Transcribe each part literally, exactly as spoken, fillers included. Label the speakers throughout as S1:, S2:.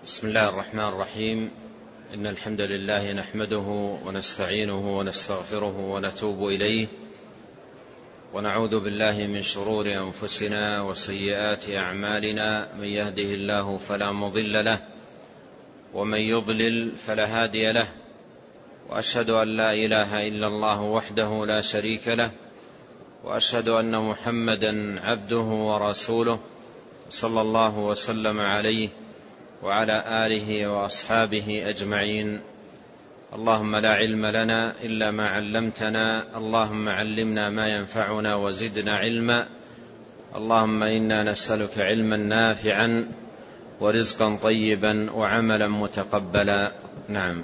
S1: بسم الله الرحمن الرحيم. إن الحمد لله نحمده ونستعينه ونستغفره ونتوب إليه، ونعوذ بالله من شرور أنفسنا وسيئات أعمالنا. من يهده الله فلا مضل له، ومن يضلل فلا هادي له، وأشهد أن لا إله إلا الله وحده لا شريك له، وأشهد أن محمدا عبده ورسوله صلى الله وسلم عليه وعلى آله وأصحابه أجمعين. اللهم لا علم لنا إلا ما علمتنا، اللهم علمنا ما ينفعنا وزدنا علما. اللهم إنا نسألك علما نافعا ورزقا طيبا وعملا متقبلا. نعم.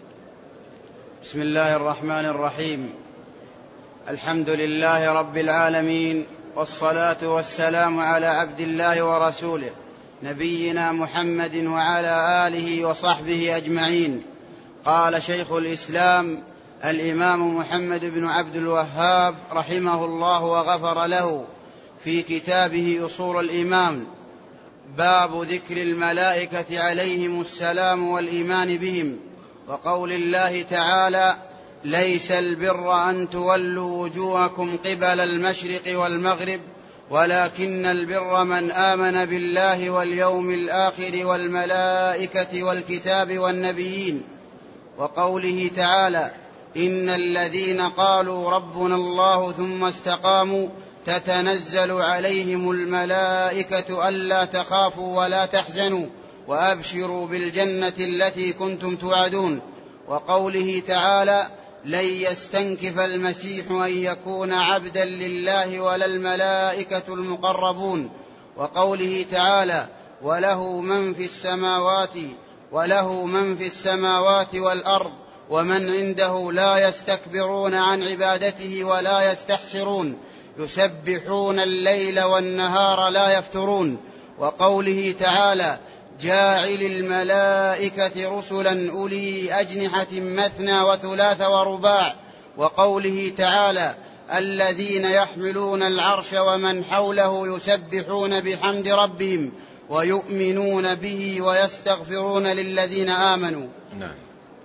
S2: بسم الله الرحمن الرحيم. الحمد لله رب العالمين، والصلاة والسلام على عبد الله ورسوله نبينا محمد وعلى آله وصحبه أجمعين. قال شيخ الإسلام الإمام محمد بن عبد الوهاب رحمه الله وغفر له في كتابه أصول الإيمان: باب ذكر الملائكة عليهم السلام والإيمان بهم، وقول الله تعالى: ليس البر أن تولوا وجوهكم قبل المشرق والمغرب ولكن البر من آمن بالله واليوم الآخر والملائكة والكتاب والنبيين، وقوله تعالى: إن الذين قالوا ربنا الله ثم استقاموا تتنزل عليهم الملائكة ألا تخافوا ولا تحزنوا وأبشروا بالجنة التي كنتم توعدون، وقوله تعالى: لن يستنكف المسيح أن يكون عبدا لله ولا الملائكة المقربون، وقوله تعالى: وله من في السماوات وله من في السماوات والأرض ومن عنده لا يستكبرون عن عبادته ولا يستحسرون يسبحون الليل والنهار لا يفترون، وقوله تعالى: جاعل الملائكة رسلا أولي أجنحة مثنى وثلاث ورباع، وقوله تعالى: الذين يحملون العرش ومن حوله يسبحون بحمد ربهم ويؤمنون به ويستغفرون للذين آمنوا.
S1: نعم.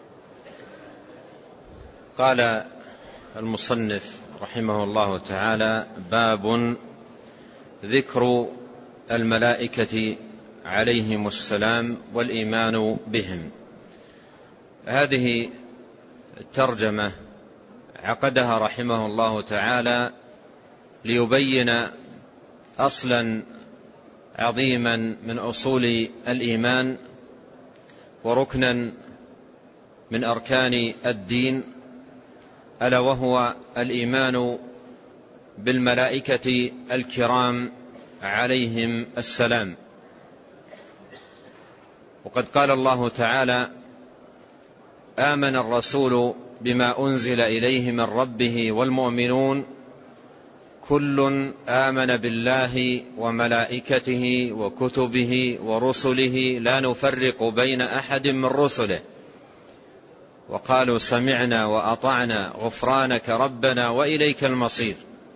S1: قال المصنف رحمه الله تعالى: باب ذكر الملائكة عليهم السلام والإيمان بهم. هذه الترجمة عقدها رحمه الله تعالى ليبين أصلا عظيما من أصول الإيمان وركنا من أركان الدين، ألا وهو الإيمان بالملائكة الكرام عليهم السلام. وقد قال الله تعالى: آمن الرسول بما أنزل إليه من ربه والمؤمنون كل آمن بالله وملائكته وكتبه ورسله لا نفرق بين أحد من رسله وقالوا سمعنا وأطعنا غفرانك ربنا وإليك المصير.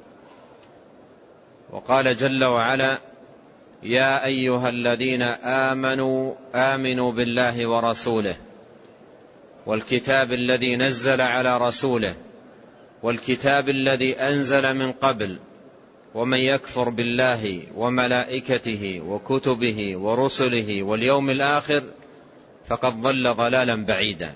S1: وقال جل وعلا: يا أيها الذين آمنوا آمنوا بالله ورسوله والكتاب الذي نزل على رسوله والكتاب الذي أنزل من قبل ومن يكفر بالله وملائكته وكتبه ورسله واليوم الآخر فقد ضل ضلالا بعيدا.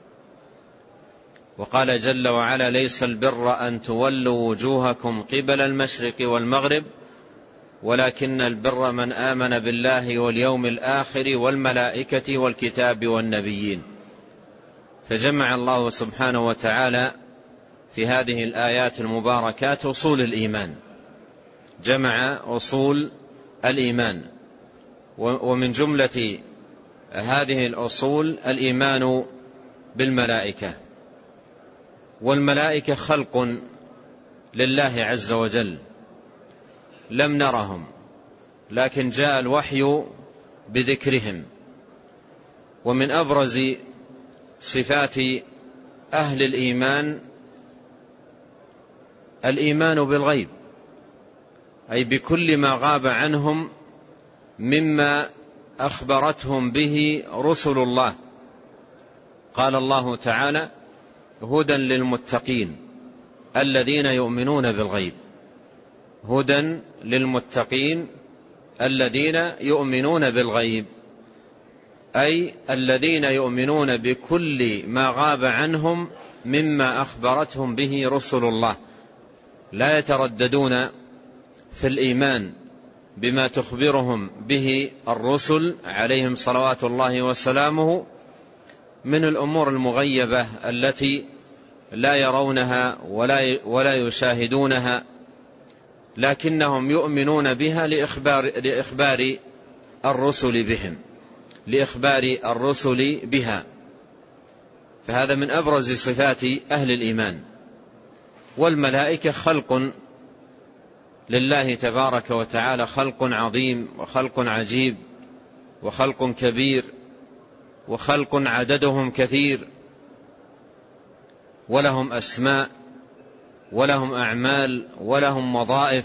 S1: وقال جل وعلا: ليس البر أن تولوا وجوهكم قبل المشرق والمغرب ولكن البر من آمن بالله واليوم الآخر والملائكة والكتاب والنبيين. فجمع الله سبحانه وتعالى في هذه الآيات المباركات أصول الإيمان، جمع أصول الإيمان، ومن جملة هذه الأصول الإيمان بالملائكة. والملائكة خلق لله عز وجل، لم نرهم لكن جاء الوحي بذكرهم. ومن أبرز صفات أهل الإيمان الإيمان بالغيب، أي بكل ما غاب عنهم مما أخبرتهم به رسل الله. قال الله تعالى: هدى للمتقين الذين يؤمنون بالغيب. هدى للمتقين الذين يؤمنون بالغيب، أي الذين يؤمنون بكل ما غاب عنهم مما أخبرتهم به رسل الله، لا يترددون في الإيمان بما تخبرهم به الرسل عليهم صلوات الله وسلامه من الأمور المغيبة التي لا يرونها ولا ولا يشاهدونها، لكنهم يؤمنون بها لإخبار, لإخبار الرسل بهم لإخبار الرسل بها. فهذا من أبرز صفات أهل الإيمان. والملائكة خلق لله تبارك وتعالى، خلق عظيم وخلق عجيب وخلق كبير وخلق عددهم كثير، ولهم أسماء ولهم أعمال ولهم وظائف.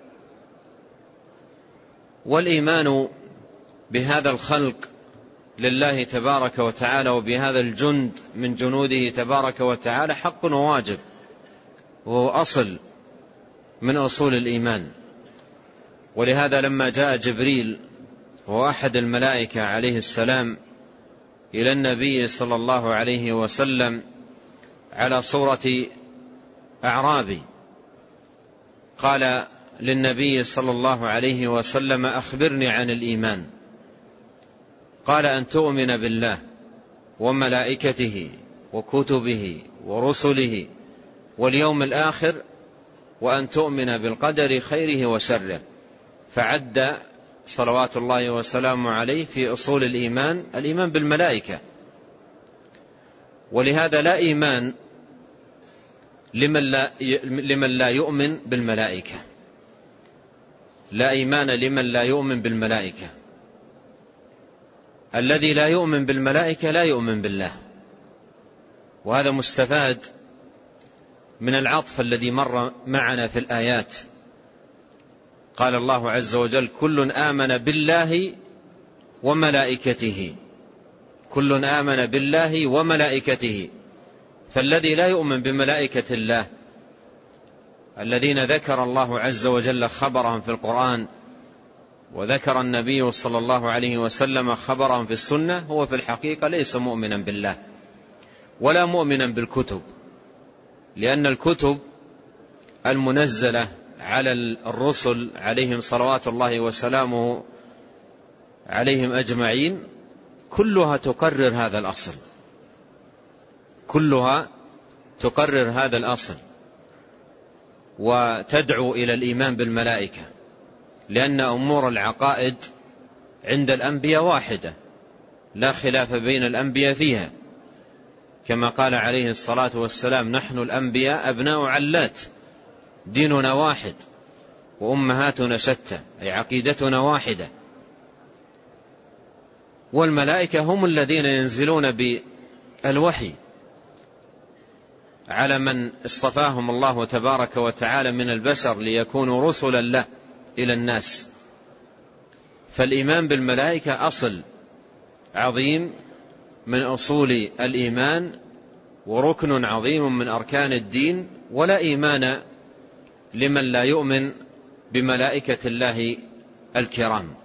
S1: والإيمان بهذا الخلق لله تبارك وتعالى وبهذا الجند من جنوده تبارك وتعالى حق وواجب، وهو أصل من أصول الإيمان. ولهذا لما جاء جبريل وهو أحد الملائكة عليه السلام إلى النبي صلى الله عليه وسلم على صورة أعرابي، قال للنبي صلى الله عليه وسلم: أخبرني عن الإيمان. قال: أن تؤمن بالله وملائكته وكتبه ورسله واليوم الآخر، وأن تؤمن بالقدر خيره وشره. فعد صلوات الله وسلامه عليه في أصول الإيمان الإيمان بالملائكة. ولهذا لا إيمان لمن لا, لمن لا يؤمن بالملائكة، لا إيمان لمن لا يؤمن بالملائكة. الذي لا يؤمن بالملائكة لا يؤمن بالله. وهذا مستفاد من العطف الذي مر معنا في الآيات. قال الله عز وجل: كل آمن بالله وملائكته. كل آمن بالله وملائكته. فالذي لا يؤمن بملائكة الله الذين ذكر الله عز وجل خبرهم في القرآن وذكر النبي صلى الله عليه وسلم خبرهم في السنة هو في الحقيقة ليس مؤمنا بالله ولا مؤمنا بالكتب، لأن الكتب المنزلة على الرسل عليهم صلوات الله وسلامه عليهم أجمعين كلها تقرر هذا الأصل، كلها تقرر هذا الأصل وتدعو إلى الإيمان بالملائكة، لأن أمور العقائد عند الأنبياء واحدة لا خلاف بين الأنبياء فيها، كما قال عليه الصلاة والسلام: نحن الأنبياء أبناء علات، ديننا واحد وأمهاتنا شتى، أي عقيدتنا واحدة. والملائكة هم الذين ينزلون بالوحي على من اصطفاهم الله تبارك وتعالى من البشر ليكونوا رسلا له إلى الناس. فالإيمان بالملائكة أصل عظيم من أصول الإيمان وركن عظيم من أركان الدين، ولا إيمان لمن لا يؤمن بملائكة الله الكرام.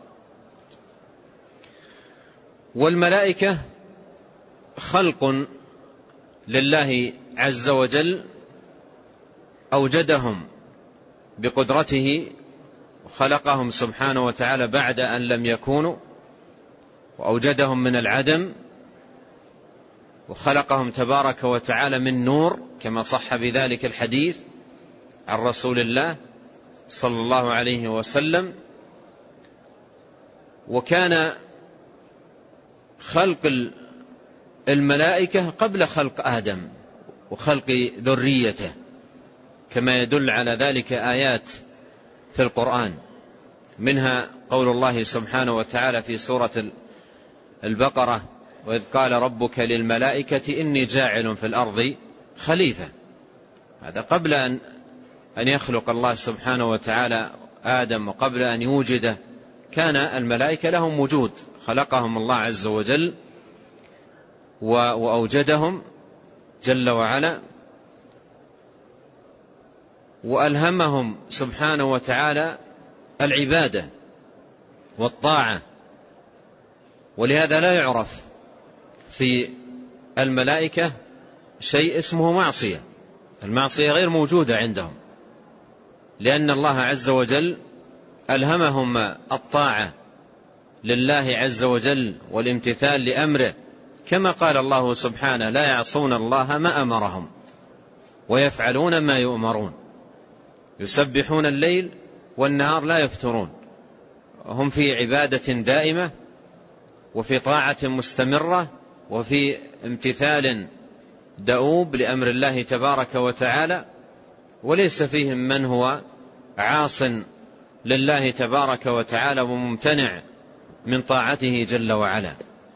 S1: والملائكة خلق لله عز وجل أوجدهم بقدرته وخلقهم سبحانه وتعالى بعد أن لم يكونوا، وأوجدهم من العدم وخلقهم تبارك وتعالى من نور، كما صح بذلك الحديث عن رسول الله صلى الله عليه وسلم. وكان خلق الملائكة قبل خلق آدم وخلق ذريته، كما يدل على ذلك آيات في القرآن، منها قول الله سبحانه وتعالى في سورة البقرة: وإذ قال ربك للملائكة إني جاعل في الأرض خليفة. هذا قبل أن أن يخلق الله سبحانه وتعالى آدم، وقبل أن يوجده كان الملائكة لهم وجود، خلقهم الله عز وجل وأوجدهم جل وعلا، وألهمهم سبحانه وتعالى العبادة والطاعة. ولهذا لا يعرف في الملائكة شيء اسمه معصية، المعصية غير موجودة عندهم، لأن الله عز وجل ألهمهم الطاعة لله عز وجل والامتثال لأمره، كما قال الله سبحانه: لا يعصون الله ما أمرهم ويفعلون ما يؤمرون، يسبحون الليل والنهار لا يفترون، هم في عبادة دائمة وفي طاعة مستمرة وفي امتثال دؤوب لأمر الله تبارك وتعالى، وليس فيهم من هو عاص لله تبارك وتعالى وممتنع من طاعته جل وعلا.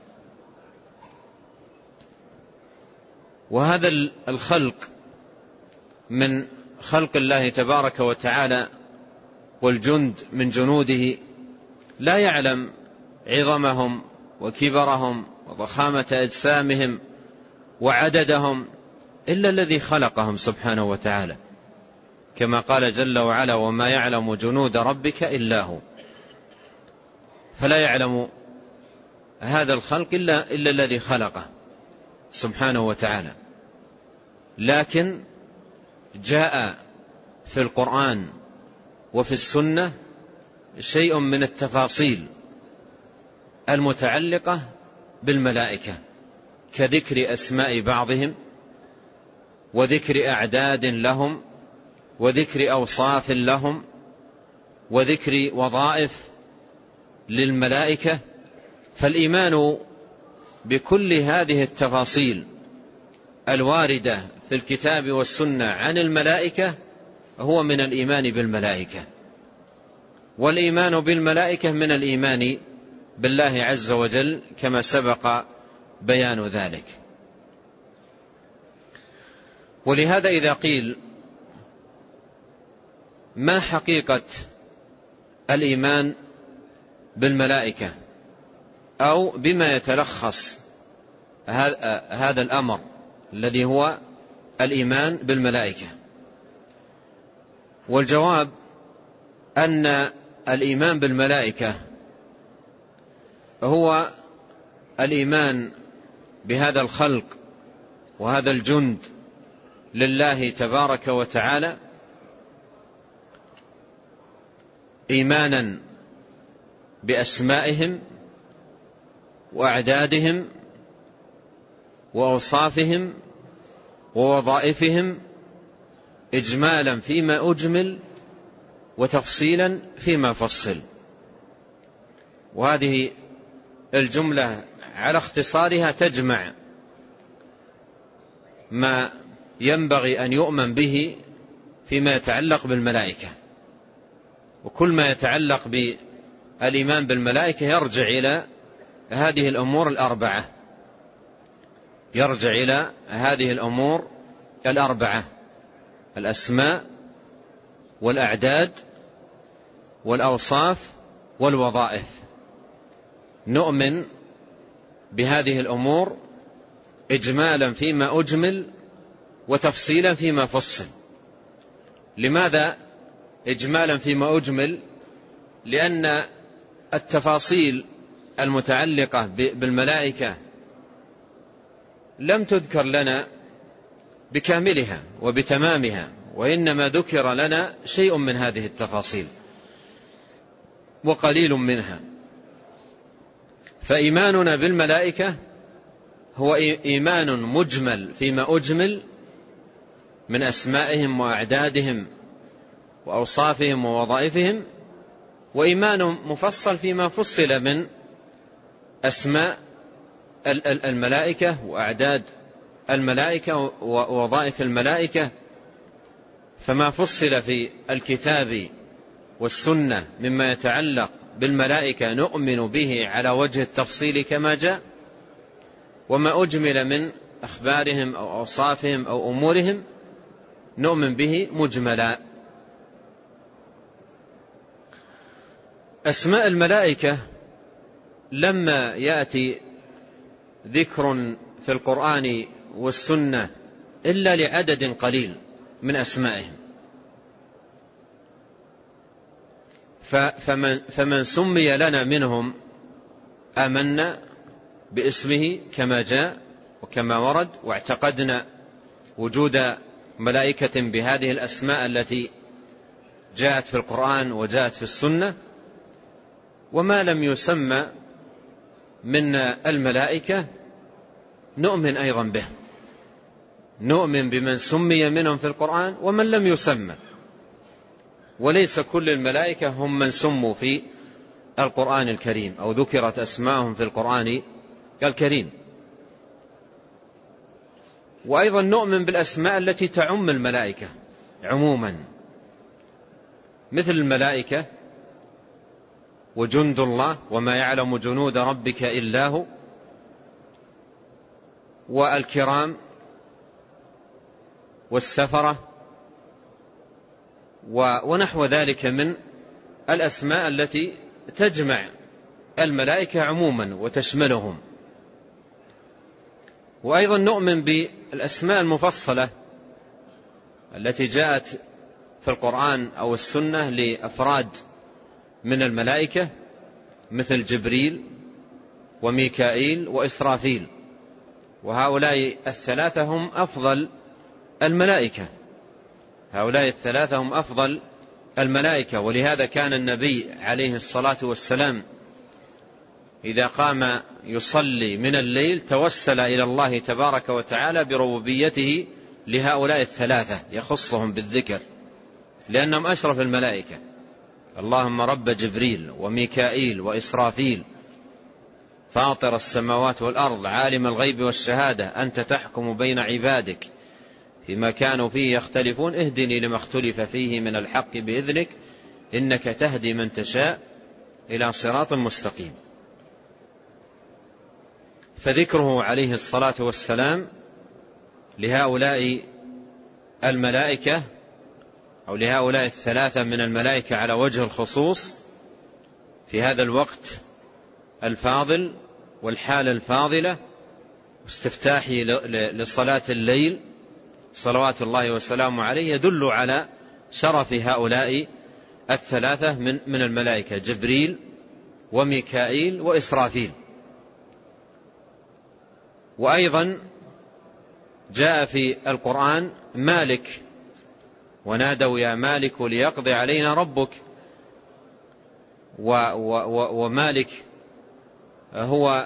S1: وهذا الخلق من خلق الله تبارك وتعالى والجند من جنوده لا يعلم عظمهم وكبرهم وضخامة أجسامهم وعددهم إلا الذي خلقهم سبحانه وتعالى، كما قال جل وعلا: وما يعلم جنود ربك إلا هو. فلا يعلم هذا الخلق إلا, إلا الذي خلقه سبحانه وتعالى. لكن جاء في القرآن وفي السنة شيء من التفاصيل المتعلقة بالملائكة، كذكر أسماء بعضهم وذكر أعداد لهم وذكر أوصاف لهم وذكر وظائف للملائكة. فالإيمان بكل هذه التفاصيل الواردة في الكتاب والسنة عن الملائكة هو من الإيمان بالملائكة، والإيمان بالملائكة من الإيمان بالله عز وجل كما سبق بيان ذلك. ولهذا إذا قيل ما حقيقة الإيمان بالملائكة أو بما يتلخص هذا الأمر الذي هو الإيمان بالملائكة، والجواب أن الإيمان بالملائكة هو الإيمان بهذا الخلق وهذا الجند لله تبارك وتعالى إيمانا بأسمائهم وأعدادهم وأوصافهم ووظائفهم إجمالا فيما أجمل وتفصيلا فيما فصل. وهذه الجملة على اختصارها تجمع ما ينبغي أن يؤمن به فيما يتعلق بالملائكة، وكل ما يتعلق بالإيمان بالملائكة يرجع إلى هذه الأمور الأربعة يرجع إلى هذه الأمور الأربعة: الأسماء والأعداد والأوصاف والوظائف. نؤمن بهذه الأمور إجمالا فيما أجمل وتفصيلا فيما فصل. لماذا إجمالا فيما أجمل؟ لأن التفاصيل المتعلقة بالملائكة لم تذكر لنا بكاملها وبتمامها، وإنما ذكر لنا شيء من هذه التفاصيل وقليل منها. فإيماننا بالملائكة هو إيمان مجمل فيما أجمل من أسمائهم وأعدادهم وأوصافهم ووظائفهم، وإيمان مفصل فيما فصل من أسماء الملائكة وأعداد الملائكة ووظائف الملائكة. فما فصل في الكتاب والسنة مما يتعلق بالملائكة نؤمن به على وجه التفصيل كما جاء، وما أجمل من أخبارهم أو أوصافهم أو أمورهم نؤمن به مجملا. أسماء الملائكة لما يأتي ذكر في القرآن والسنة إلا لعدد قليل من أسمائهم، فمن, فمن سمي لنا منهم آمنا باسمه كما جاء وكما ورد، واعتقدنا وجود ملائكة بهذه الأسماء التي جاءت في القرآن وجاءت في السنة. وما لم يسمى من الملائكة نؤمن أيضا به، نؤمن بمن سمي منهم في القرآن ومن لم يسمى، وليس كل الملائكة هم من سموا في القرآن الكريم أو ذكرت أسماءهم في القرآن الكريم. وأيضا نؤمن بالأسماء التي تعم الملائكة عموما، مثل الملائكة وجند الله وما يعلم جنود ربك إلا هو، والكرام والسفرة ونحو ذلك من الأسماء التي تجمع الملائكة عموما وتشملهم. وأيضا نؤمن بالأسماء المفصلة التي جاءت في القرآن أو السنة لأفراد من الملائكة مثل جبريل وميكائيل وإسرافيل، وهؤلاء الثلاثة هم أفضل الملائكة، هؤلاء الثلاثة هم أفضل الملائكة. ولهذا كان النبي عليه الصلاة والسلام إذا قام يصلي من الليل توسل إلى الله تبارك وتعالى بربوبيته لهؤلاء الثلاثة، يخصهم بالذكر لأنهم أشرف الملائكة. اللهم رب جبريل وميكائيل وإسرافيل فاطر السماوات والأرض عالم الغيب والشهادة أنت تحكم بين عبادك فيما كانوا فيه يختلفون اهدني لما اختلف فيه من الحق بإذنك إنك تهدي من تشاء إلى صراط مستقيم. فذكره عليه الصلاة والسلام لهؤلاء الملائكة أو لهؤلاء الثلاثة من الملائكة على وجه الخصوص في هذا الوقت الفاضل والحالة الفاضلة واستفتاحي لصلاة الليل صلوات الله وسلامه عليه يدل على شرف هؤلاء الثلاثة من من الملائكة جبريل وميكائيل وإسرافيل. وأيضا جاء في القرآن مالك ونادوا يا مالك ليقضي علينا ربك، ومالك هو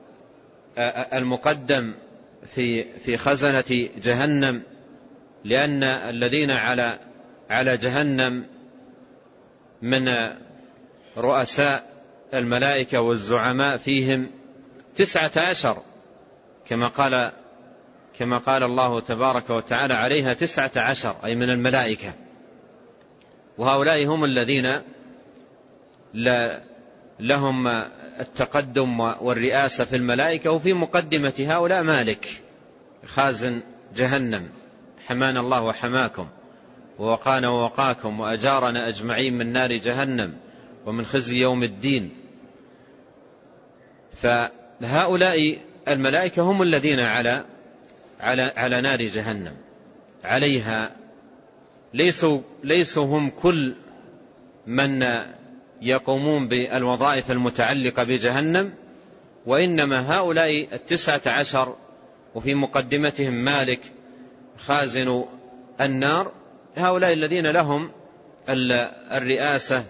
S1: المقدم في في خزنة جهنم، لأن الذين على على جهنم من رؤساء الملائكة والزعماء فيهم تسعة عشر كما قال كما قال الله تبارك وتعالى عليها تسعة عشر أي من الملائكة. وهؤلاء هم الذين لهم التقدم والرئاسة في الملائكة، وفي مقدمة هؤلاء مالك خازن جهنم حمانا الله وحماكم ووقانا ووقاكم وأجارنا أجمعين من نار جهنم ومن خزي يوم الدين. فهؤلاء الملائكة هم الذين على على على نار جهنم عليها، ليسوا ليسوا هم كل من يقومون بالوظائف المتعلقة بجهنم، وإنما هؤلاء التسعة عشر وفي مقدمتهم مالك خازن النار، هؤلاء الذين لهم الرئاسة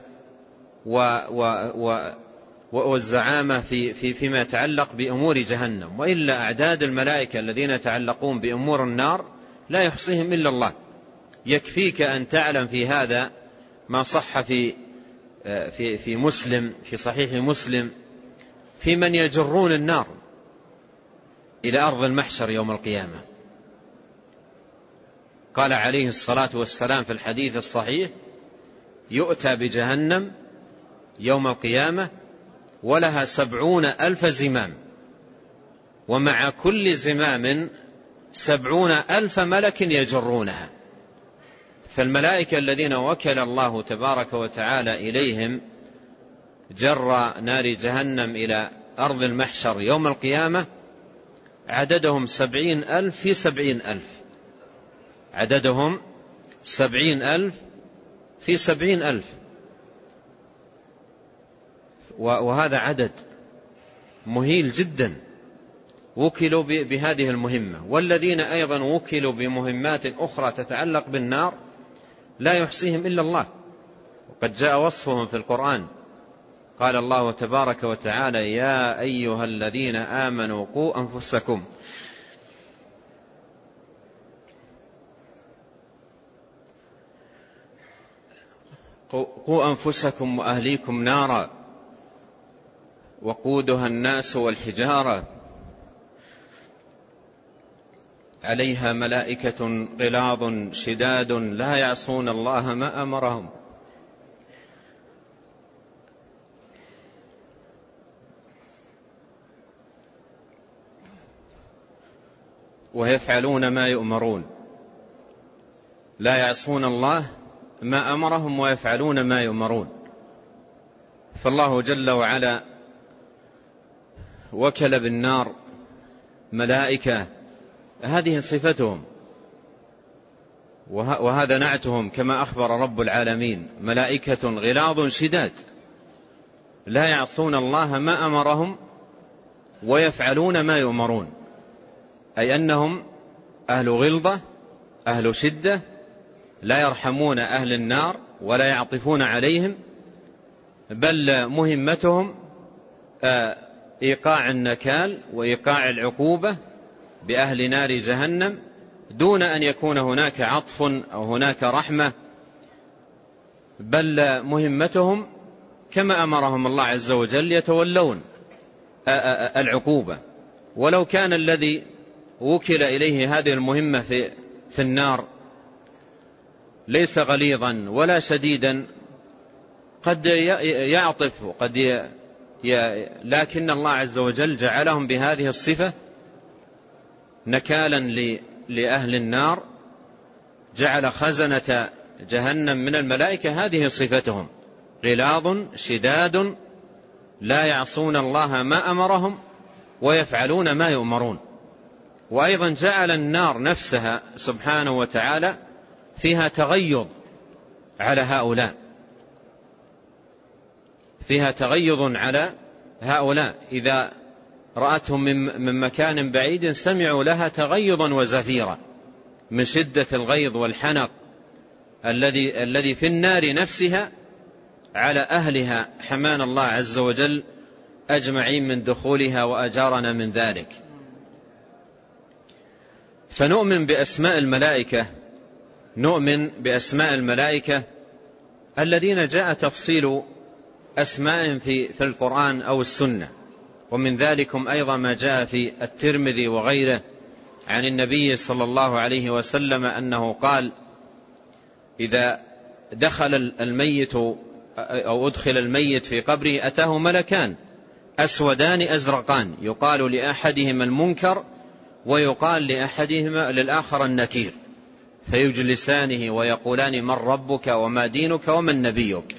S1: والزعامة في في فيما يتعلق بأمور جهنم. وإلا أعداد الملائكة الذين يتعلقون بأمور النار لا يحصيهم إلا الله. يكفيك أن تعلم في هذا ما صح في في في مسلم في صحيح مسلم في من يجرون النار إلى أرض المحشر يوم القيامة. قال عليه الصلاة والسلام في الحديث الصحيح يؤتى بجهنم يوم القيامة ولها سبعون ألف زمام، ومع كل زمام سبعون ألف ملك يجرونها. فالملائكة الذين وكل الله تبارك وتعالى إليهم جر نار جهنم إلى أرض المحشر يوم القيامة عددهم سبعين ألف في سبعين ألف، عددهم سبعين ألف في سبعين ألف، وهذا عدد مهيل جدا وكلوا بهذه المهمة. والذين أيضا وكلوا بمهمات أخرى تتعلق بالنار لا يحصيهم إلا الله، وقد جاء وصفهم في القرآن. قال الله تبارك وتعالى: يا أيها الذين آمنوا قوا أنفسكم قوا أنفسكم وأهليكم نارا وقودها الناس والحجارة عليها ملائكة غلاظ شداد لا يعصون الله ما أمرهم ويفعلون ما يؤمرون. لا يعصون الله ما أمرهم ويفعلون ما يؤمرون. فالله جل وعلا وكل بالنار ملائكة، هذه صفتهم وهذا نعتهم كما أخبر رب العالمين: ملائكة غلاظ شداد لا يعصون الله ما أمرهم ويفعلون ما يؤمرون، أي أنهم أهل غلظة أهل شدة لا يرحمون أهل النار ولا يعطفون عليهم، بل مهمتهم إيقاع النكال وإيقاع العقوبة بأهل نار جهنم دون أن يكون هناك عطف أو هناك رحمة، بل مهمتهم كما أمرهم الله عز وجل يتولون العقوبة. ولو كان الذي وكل إليه هذه المهمة في, في النار ليس غليظا ولا شديدا قد يعطف وقد ي... ي... لكن الله عز وجل جعلهم بهذه الصفة نكالا ل... لأهل النار، جعل خزنة جهنم من الملائكة هذه صفتهم: غلاظ شداد لا يعصون الله ما أمرهم ويفعلون ما يؤمرون. وأيضا جعل النار نفسها سبحانه وتعالى فيها تغيظ على هؤلاء، فيها تغيظ على هؤلاء إذا رأتهم من مكان بعيد سمعوا لها تغيظا وزفيرا من شدة الغيظ والحنق الذي الذي في النار نفسها على أهلها، حمانا الله عز وجل أجمعين من دخولها وأجارنا من ذلك. فنؤمن بأسماء الملائكة، نؤمن بأسماء الملائكة الذين جاء تفصيل أسماء في في القرآن أو السنة، ومن ذلكم أيضا ما جاء في الترمذي وغيره عن النبي صلى الله عليه وسلم أنه قال: إذا دخل الميت أو أدخل الميت في قبره أتاه ملكان أسودان أزرقان يقال لأحدهما المنكر ويقال لأحدهما للآخر النكير، فيجلسانه ويقولان: من ربك وما دينك ومن نبيك.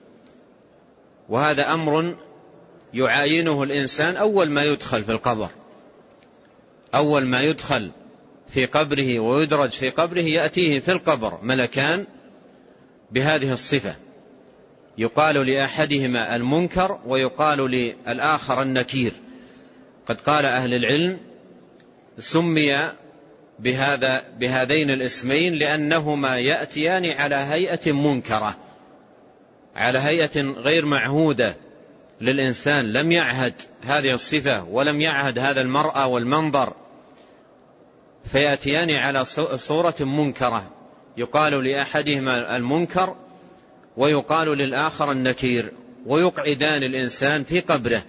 S1: وهذا أمر يعاينه الإنسان أول ما يدخل في القبر، أول ما يدخل في قبره ويدرج في قبره يأتيه في القبر ملكان بهذه الصفة، يقال لأحدهما المنكر ويقال للآخر النكير. قد قال أهل العلم: سمي بهذا بهذين الاسمين لأنهما يأتيان على هيئة منكرة، على هيئة غير معهودة للإنسان، لم يعهد هذه الصفة ولم يعهد هذا المرأة والمنظر، فيأتيان على صورة منكرة، يقال لأحدهما المنكر ويقال للآخر النكير، ويقعدان الإنسان في قبره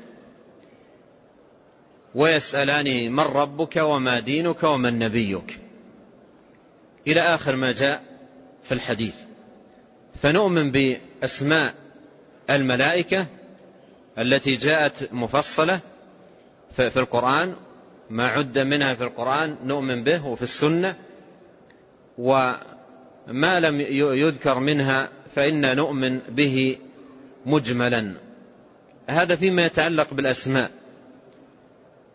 S1: ويسألان: من ربك وما دينك ومن نبيك، إلى آخر ما جاء في الحديث. فنؤمن بأسماء الملائكة التي جاءت مفصلة في القرآن، ما عد منها في القرآن نؤمن به وفي السنة، وما لم يذكر منها فإن نؤمن به مجملا. هذا فيما يتعلق بالأسماء.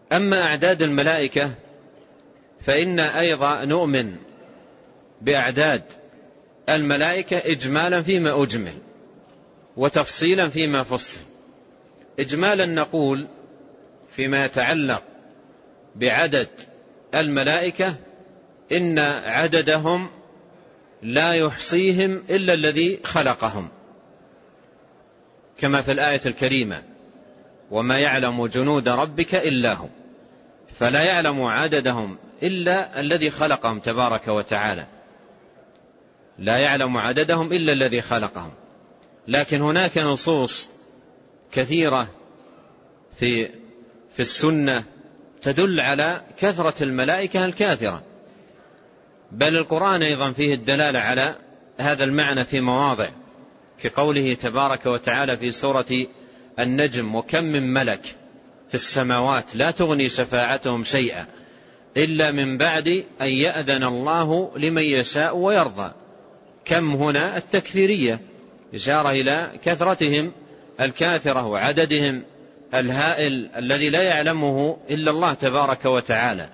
S1: أما أعداد الملائكة فإن أيضا نؤمن بأعداد الملائكة إجمالا فيما أجمل وتفصيلا فيما فصل. إجمالا نقول فيما يتعلق بعدد الملائكة إن عددهم لا يحصيهم إلا الذي خلقهم، كما في الآية الكريمة: وما يعلم جنود ربك إلا هو. فلا يعلم عددهم إلا الذي خلقهم تبارك وتعالى، لا يعلم عددهم إلا الذي خلقهم. لكن هناك نصوص كثيرة في في السنة تدل على كثرة الملائكة الكاثرة، بل القرآن أيضا فيه الدلالة على هذا المعنى في مواضع، كقوله تبارك وتعالى في سورة النجم: وكم من ملك في السماوات لا تغني شفاعتهم شيئا إلا من بعد أن يأذن الله لمن يشاء ويرضى. كم هنا التكثيرية، إشارة إلى كثرتهم الكاثرة وعددهم الهائل الذي لا يعلمه إلا الله تبارك وتعالى.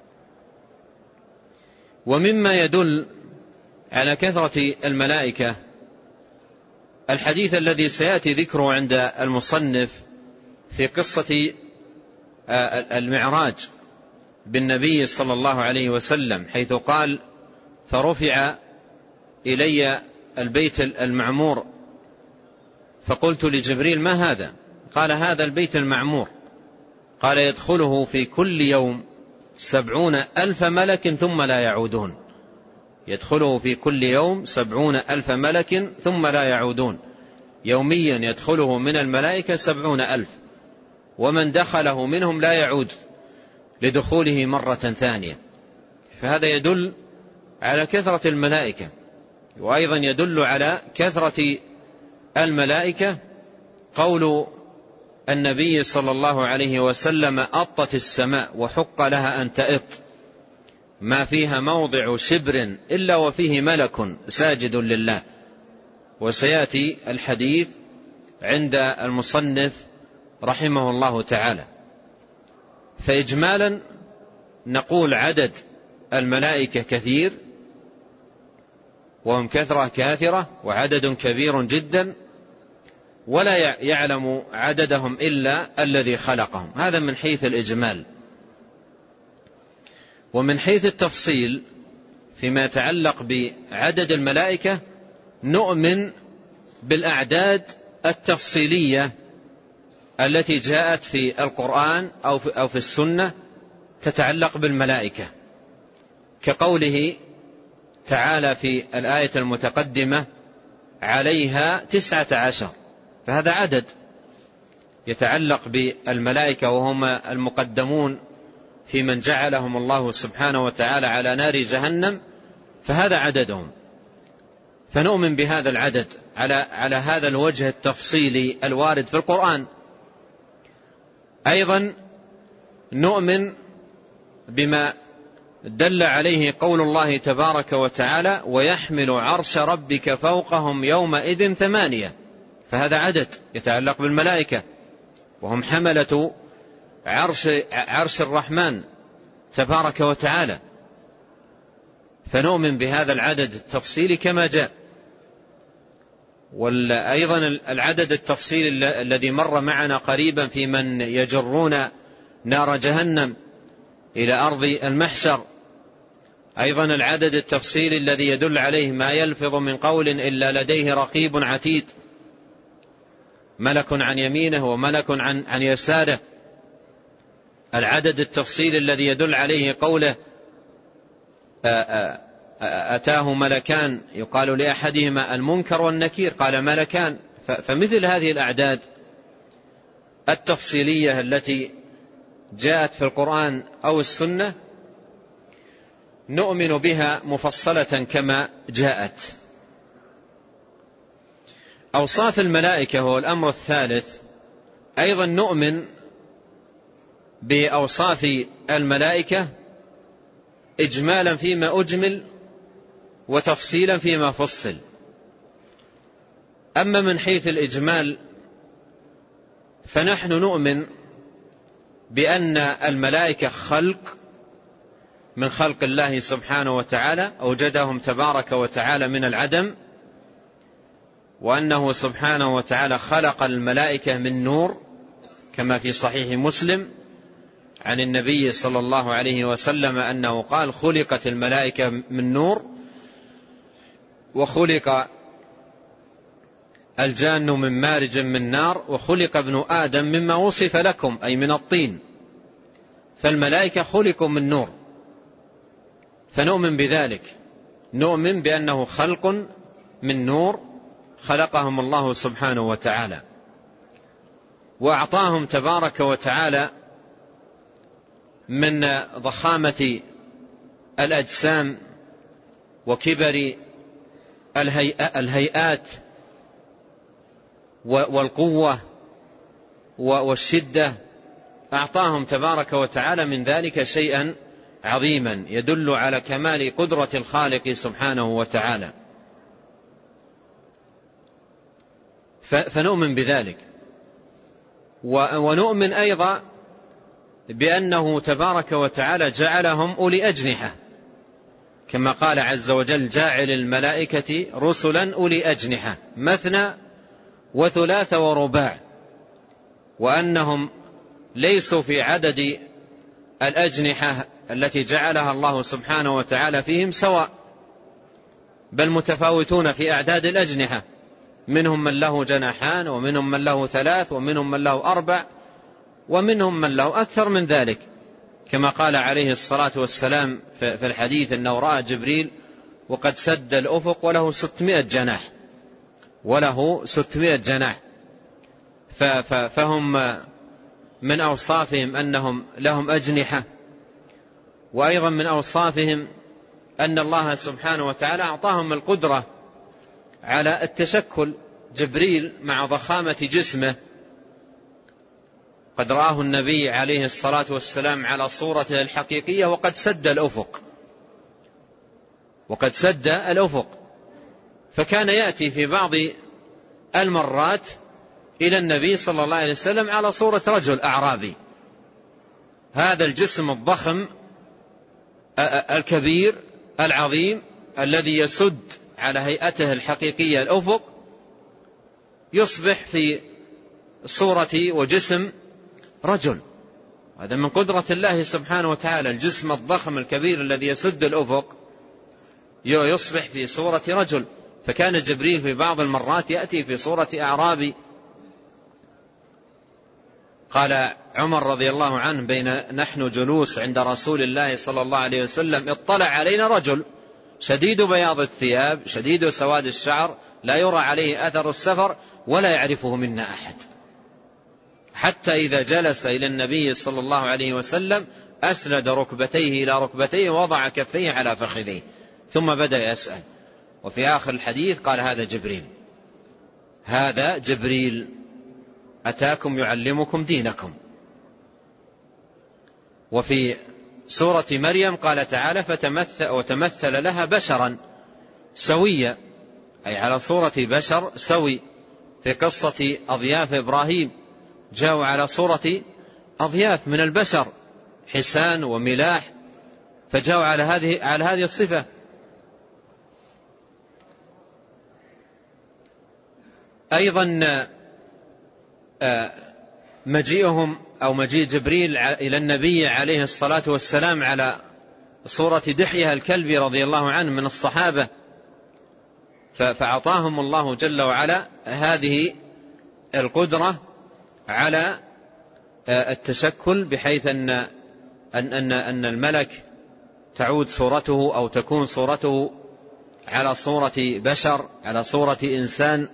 S1: ومما يدل على كثرة الملائكة الحديث الذي سيأتي ذكره عند المصنف في قصة المعراج بالنبي صلى الله عليه وسلم، حيث قال: فرفع إلي البيت المعمور فقلت لجبريل: ما هذا؟ قال: هذا البيت المعمور. قال: يدخله في كل يوم سبعون ألف ملك ثم لا يعودون. يدخله في كل يوم سبعون ألف ملك ثم لا يعودون. يوميا يدخله من الملائكة سبعون ألف، ومن دخله منهم لا يعود لدخوله مرة ثانية. فهذا يدل على كثرة الملائكة. وأيضا يدل على كثرة الملائكة قول النبي صلى الله عليه وسلم: أطت السماء وحق لها أن تأط، ما فيها موضع شبر إلا وفيه ملك ساجد لله. وسيأتي الحديث عند المصنف رحمه الله تعالى. فإجمالا نقول عدد الملائكة كثير، وهم كثرة كاثرة وعدد كبير جدا، ولا يعلم عددهم إلا الذي خلقهم. هذا من حيث الإجمال. ومن حيث التفصيل فيما يتعلق بعدد الملائكة نؤمن بالأعداد التفصيلية التي جاءت في القرآن أو في, أو في السنة تتعلق بالملائكة، كقوله تعالى في الآية المتقدمة: عليها تسعة عشر. فهذا عدد يتعلق بالملائكة، وهم المقدمون في من جعلهم الله سبحانه وتعالى على نار جهنم، فهذا عددهم. فنؤمن بهذا العدد على على هذا الوجه التفصيلي الوارد في القرآن. أيضا نؤمن بما دل عليه قول الله تبارك وتعالى: ويحمل عرش ربك فوقهم يومئذ ثمانية. فهذا عدد يتعلق بالملائكة، وهم حملة عرش, عرش الرحمن تبارك وتعالى. فنؤمن بهذا العدد التفصيلي كما جاء. وأيضا العدد التفصيلي الذي مر معنا قريبا في من يجرون نار جهنم إلى أرض المحشر. أيضا العدد التفصيلي الذي يدل عليه ما يلفظ من قول إلا لديه رقيب عتيد، ملك عن يمينه وملك عن, عن يساره. العدد التفصيلي الذي يدل عليه قوله: أتاه ملكان يقال لأحدهما المنكر والنكير، قال ملكان. فمثل هذه الأعداد التفصيلية التي جاءت في القرآن أو السنة نؤمن بها مفصلة كما جاءت. أوصاف الملائكة هو الأمر الثالث. أيضا نؤمن بأوصاف الملائكة إجمالا فيما أجمل وتفصيلا فيما فصل. أما من حيث الإجمال فنحن نؤمن بأن الملائكة خلق من خلق الله سبحانه وتعالى، أوجدهم تبارك وتعالى من العدم، وأنه سبحانه وتعالى خلق الملائكة من نور كما في صحيح مسلم عن النبي صلى الله عليه وسلم أنه قال: خلقت الملائكة من نور وخلق الجان من مارج من نار وخلق ابن آدم مما وصف لكم، أي من الطين. فالملائكة خلقوا من نور، فنؤمن بذلك، نؤمن بأنه خلق من نور خلقهم الله سبحانه وتعالى، وأعطاهم تبارك وتعالى من ضخامة الأجسام وكبر الهيئات والقوة والشدة، أعطاهم تبارك وتعالى من ذلك شيئا عظيما يدل على كمال قدرة الخالق سبحانه وتعالى، فنؤمن بذلك. ونؤمن أيضا بأنه تبارك وتعالى جعلهم أولي أجنحة، كما قال عز وجل: جاعل الملائكة رسلا أولي أجنحة مثنى وثلاث ورباع، وأنهم ليسوا في عدد الأجنحة التي جعلها الله سبحانه وتعالى فيهم سواء، بل متفاوتون في أعداد الأجنحة، منهم من له جناحان ومنهم من له ثلاث ومنهم من له أربع ومنهم من له أكثر من ذلك، كما قال عليه الصلاة والسلام في الحديث أنه رأى جبريل وقد سد الأفق وله ستمائة جناح وله ستمائة جناح. فهم من أوصافهم أنهم لهم أجنحة، وأيضا من أوصافهم أن الله سبحانه وتعالى أعطاهم القدرة على التشكل. جبريل مع ضخامة جسمه قد رآه النبي عليه الصلاة والسلام على صورته الحقيقية وقد سد الأفق وقد سد الأفق فكان يأتي في بعض المرات إلى النبي صلى الله عليه وسلم على صورة رجل أعرابي. هذا الجسم الضخم الكبير العظيم الذي يسد على هيئته الحقيقية الأفق يصبح في صورة وجسم رجل. هذا من قدرة الله سبحانه وتعالى، الجسم الضخم الكبير الذي يسد الأفق يصبح في صورة رجل. فكان جبريل في بعض المرات يأتي في صورة أعرابي. قال عمر رضي الله عنه: بين نحن جلوس عند رسول الله صلى الله عليه وسلم اطلع علينا رجل شديد بياض الثياب شديد سواد الشعر لا يرى عليه أثر السفر ولا يعرفه منا أحد، حتى إذا جلس إلى النبي صلى الله عليه وسلم أسند ركبتيه إلى ركبتيه ووضع كفيه على فخذيه ثم بدأ يسأل. وفي آخر الحديث قال: هذا جبريل هذا جبريل أتاكم يعلمكم دينكم. وفي سورة مريم قال تعالى: فتمثل وتمثل لها بشرا سويا، أي على صورة بشر سوي. في قصة أضياف إبراهيم جاءوا على صورة أضياف من البشر حسان وملاح، فجاءوا على هذه على هذه الصفة. أيضا مجيئهم أو مجيء جبريل إلى النبي عليه الصلاة والسلام على صورة دحية الكلبي رضي الله عنه من الصحابة، فأعطاهم الله جل وعلا هذه القدرة على التشكل، بحيث أن أن أن الملك تعود صورته أو تكون صورته على صورة بشر على صورة إنسان.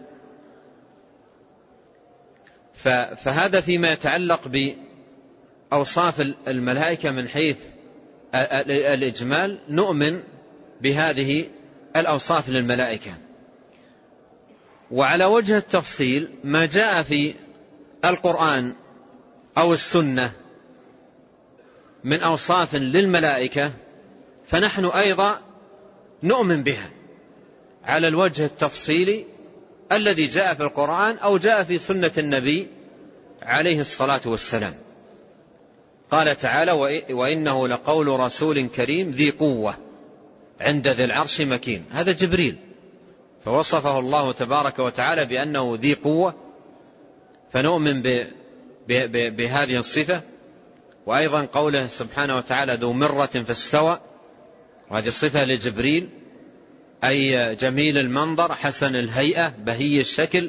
S1: فهذا فيما يتعلق بأوصاف الملائكة من حيث الإجمال، نؤمن بهذه الأوصاف للملائكة. وعلى وجه التفصيل ما جاء في القرآن أو السنة من أوصاف للملائكة فنحن أيضا نؤمن بها على الوجه التفصيلي الذي جاء في القرآن أو جاء في سنة النبي عليه الصلاة والسلام. قال تعالى: وإنه لقول رسول كريم ذي قوة عند ذي العرش مكين. هذا جبريل، فوصفه الله تبارك وتعالى بأنه ذي قوة، فنؤمن ب ب بهذه الصفة. وأيضا قوله سبحانه وتعالى: ذو مرة فاستوى، وهذه صفة لجبريل، أي جميل المنظر حسن الهيئة بهي الشكل.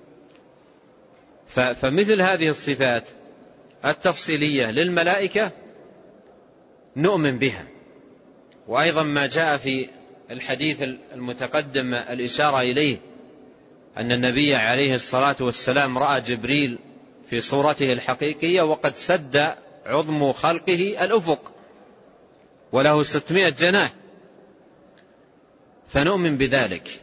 S1: فمثل هذه الصفات التفصيلية للملائكة نؤمن بها. وأيضا ما جاء في الحديث المتقدم الإشارة إليه أن النبي عليه الصلاة والسلام رأى جبريل في صورته الحقيقية وقد سد عظم خلقه الأفق وله ستمائة جناح، فنؤمن بذلك.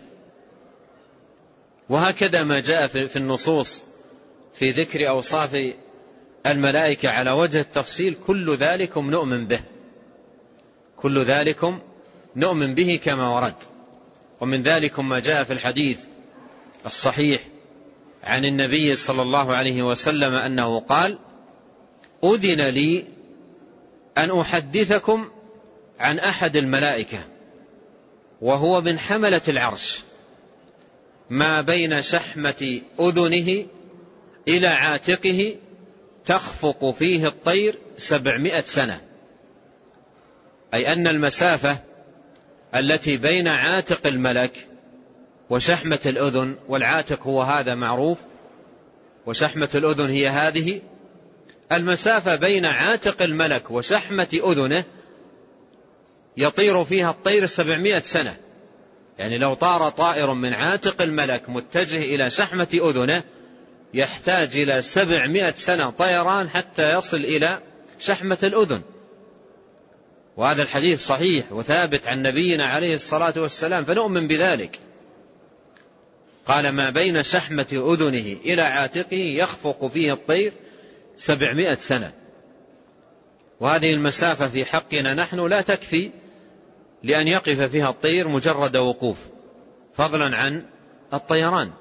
S1: وهكذا ما جاء في النصوص في ذكر أوصاف الملائكة على وجه التفصيل، كل ذلكم نؤمن به، كل ذلكم نؤمن به كما ورد. ومن ذلكم ما جاء في الحديث الصحيح عن النبي صلى الله عليه وسلم أنه قال: أذن لي أن أحدثكم عن أحد الملائكة وهو من حملة العرش، ما بين شحمة أذنه إلى عاتقه تخفق فيه الطير سبعمائة سنة. أي أن المسافة التي بين عاتق الملك وشحمة الأذن، والعاتق هو هذا معروف وشحمة الأذن هي هذه، المسافة بين عاتق الملك وشحمة أذنه يطير فيها الطير سبعمائة سنة. يعني لو طار طائر من عاتق الملك متجه إلى شحمة أذنه يحتاج إلى سبعمائة سنة طيران حتى يصل إلى شحمة الأذن. وهذا الحديث صحيح وثابت عن نبينا عليه الصلاة والسلام، فنؤمن بذلك. قال: ما بين شحمة أذنه إلى عاتقه يخفق فيه الطير سبعمائة سنة. وهذه المسافة في حقنا نحن لا تكفي لأن يقف فيها الطير مجرد وقوف، فضلا عن الطيران.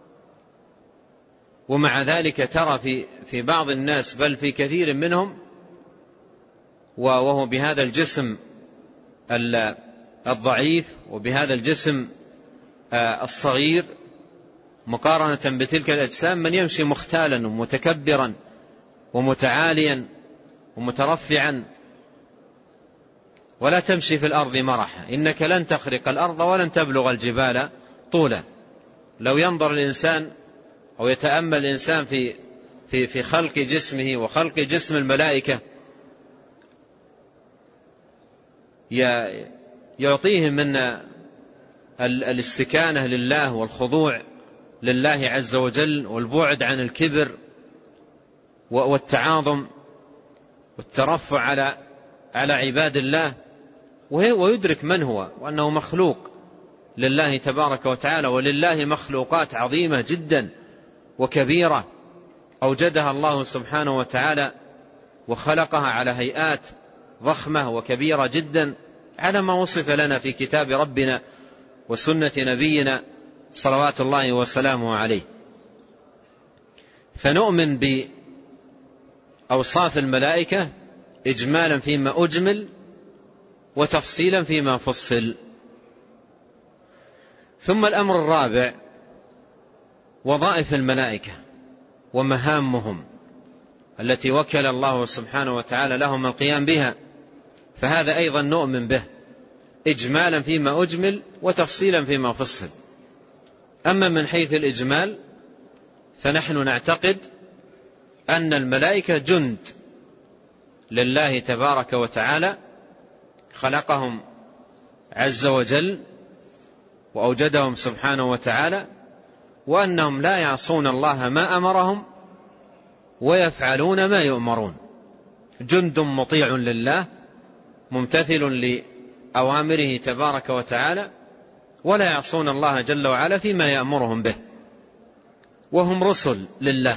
S1: ومع ذلك ترى في في بعض الناس، بل في كثير منهم، وهو بهذا الجسم الضعيف وبهذا الجسم الصغير مقارنة بتلك الأجسام، من يمشي مختالا ومتكبرا ومتعاليا ومترفعا، ولا تمشي في الأرض مرحا، إنك لن تخرق الأرض ولن تبلغ الجبال طولا. لو ينظر الإنسان أو يتأمل الإنسان في في في خلق جسمه وخلق جسم الملائكة يعطيه من الاستكانة لله والخضوع لله عز وجل والبعد عن الكبر والتعاظم والترفع على على عباد الله، ويدرك من هو وأنه مخلوق لله تبارك وتعالى. ولله مخلوقات عظيمة جدا وكبيرة أوجدها الله سبحانه وتعالى وخلقها على هيئات ضخمة وكبيرة جدا على ما وصف لنا في كتاب ربنا وسنة نبينا صلوات الله وسلامه عليه. فنؤمن بأوصاف الملائكة إجمالا فيما أجمل وتفصيلا فيما فصل. ثم الأمر الرابع وظائف الملائكة ومهامهم التي وكل الله سبحانه وتعالى لهم القيام بها، فهذا أيضا نؤمن به إجمالا فيما أجمل وتفصيلا فيما فصل. أما من حيث الإجمال فنحن نعتقد أن الملائكة جند لله تبارك وتعالى، خلقهم عز وجل وأوجدهم سبحانه وتعالى، وأنهم لا يعصون الله ما أمرهم ويفعلون ما يؤمرون. جند مطيع لله ممتثل لأوامره تبارك وتعالى، ولا يعصون الله جل وعلا فيما يأمرهم به، وهم رسل لله،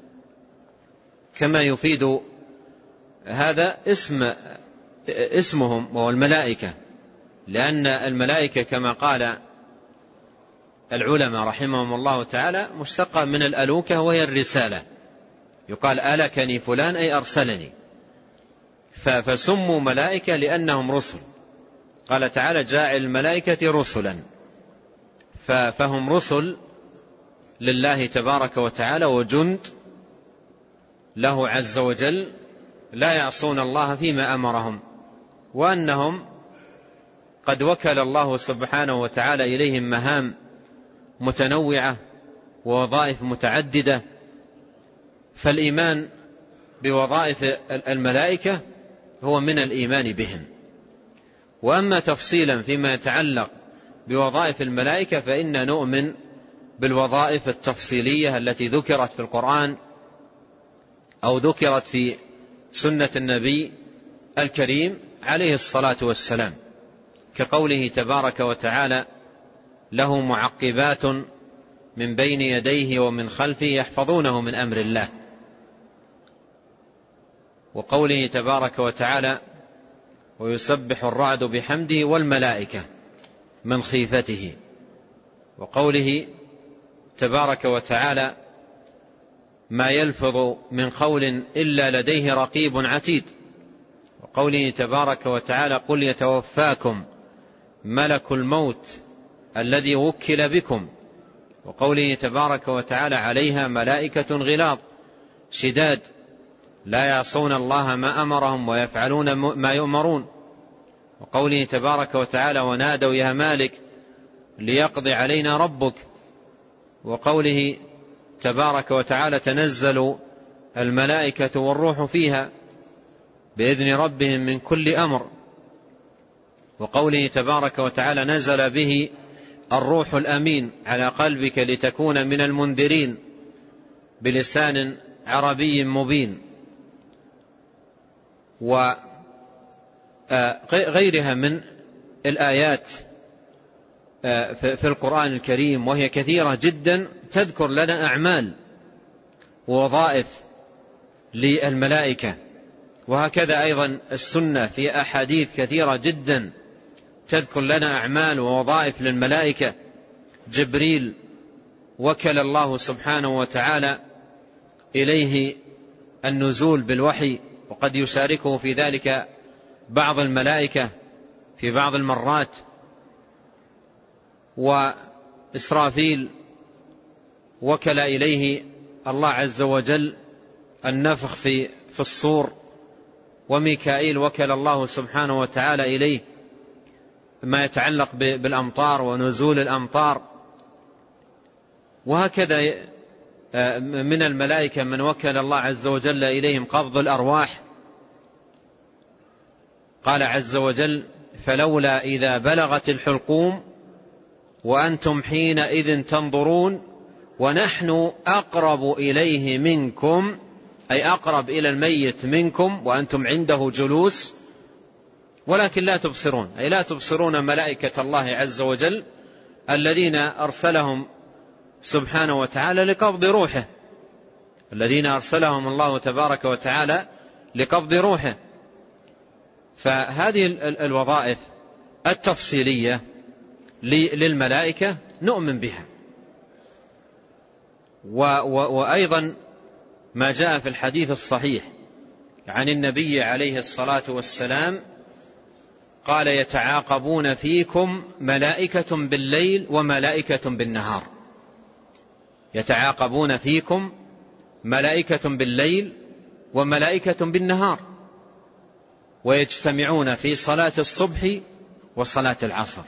S1: كما يفيد هذا اسم اسمهم وهو الملائكة، لأن الملائكة كما قال العلماء رحمهم الله تعالى مشتقة من الألوكة وهي الرسالة. يقال ألكني فلان أي أرسلني، فسموا ملائكة لأنهم رسل. قال تعالى جاعل الملائكة رسلا، فهم رسل لله تبارك وتعالى وجند له عز وجل لا يعصون الله فيما أمرهم، وأنهم قد وكل الله سبحانه وتعالى إليهم مهام متنوعة ووظائف متعددة. فالإيمان بوظائف الملائكة هو من الإيمان بهم. وأما تفصيلا فيما يتعلق بوظائف الملائكة فإن نؤمن بالوظائف التفصيلية التي ذكرت في القرآن أو ذكرت في سنة النبي الكريم عليه الصلاة والسلام، كقوله تبارك وتعالى له معقبات من بين يديه ومن خلفه يحفظونه من أمر الله، وقوله تبارك وتعالى ويسبح الرعد بحمده والملائكة من خيفته، وقوله تبارك وتعالى ما يلفظ من قول إلا لديه رقيب عتيد، وقوله تبارك وتعالى قل يتوفاكم ملك الموت الذي وكل بكم، وقوله تبارك وتعالى عليها ملائكة غلاظ شداد لا يعصون الله ما أمرهم ويفعلون ما يؤمرون، وقوله تبارك وتعالى ونادوا يا مالك ليقضي علينا ربك، وقوله تبارك وتعالى تنزل الملائكة والروح فيها بإذن ربهم من كل أمر، وقوله تبارك وتعالى نزل به الروح الأمين على قلبك لتكون من المنذرين بلسان عربي مبين، وغيرها من الآيات في القرآن الكريم وهي كثيرة جدا تذكر لنا أعمال ووظائف للملائكة. وهكذا أيضا السنة في أحاديث كثيرة جدا تذكر لنا أعمال ووظائف للملائكة. جبريل وكل الله سبحانه وتعالى إليه النزول بالوحي، وقد يشاركه في ذلك بعض الملائكة في بعض المرات. وإسرافيل وكل إليه الله عز وجل النفخ في في الصور، وميكائيل وكل الله سبحانه وتعالى إليه ما يتعلق بالأمطار ونزول الأمطار. وهكذا من الملائكة من وكل الله عز وجل إليهم قبض الأرواح. قال عز وجل فلولا إذا بلغت الحلقوم وأنتم حينئذ تنظرون ونحن أقرب إليه منكم، أي أقرب إلى الميت منكم وأنتم عنده جلوس ولكن لا تبصرون، أي لا تبصرون ملائكة الله عز وجل الذين أرسلهم سبحانه وتعالى لقبض روحه، الذين أرسلهم الله تبارك وتعالى لقبض روحه. فهذه الوظائف التفصيلية للملائكة نؤمن بها. وأيضا ما جاء في الحديث الصحيح عن النبي عليه الصلاة والسلام قال يتعاقبون فيكم ملائكة بالليل وملائكة بالنهار، يتعاقبون فيكم ملائكة بالليل وملائكة بالنهار، ويجتمعون في صلاة الصبح وصلاة العصر.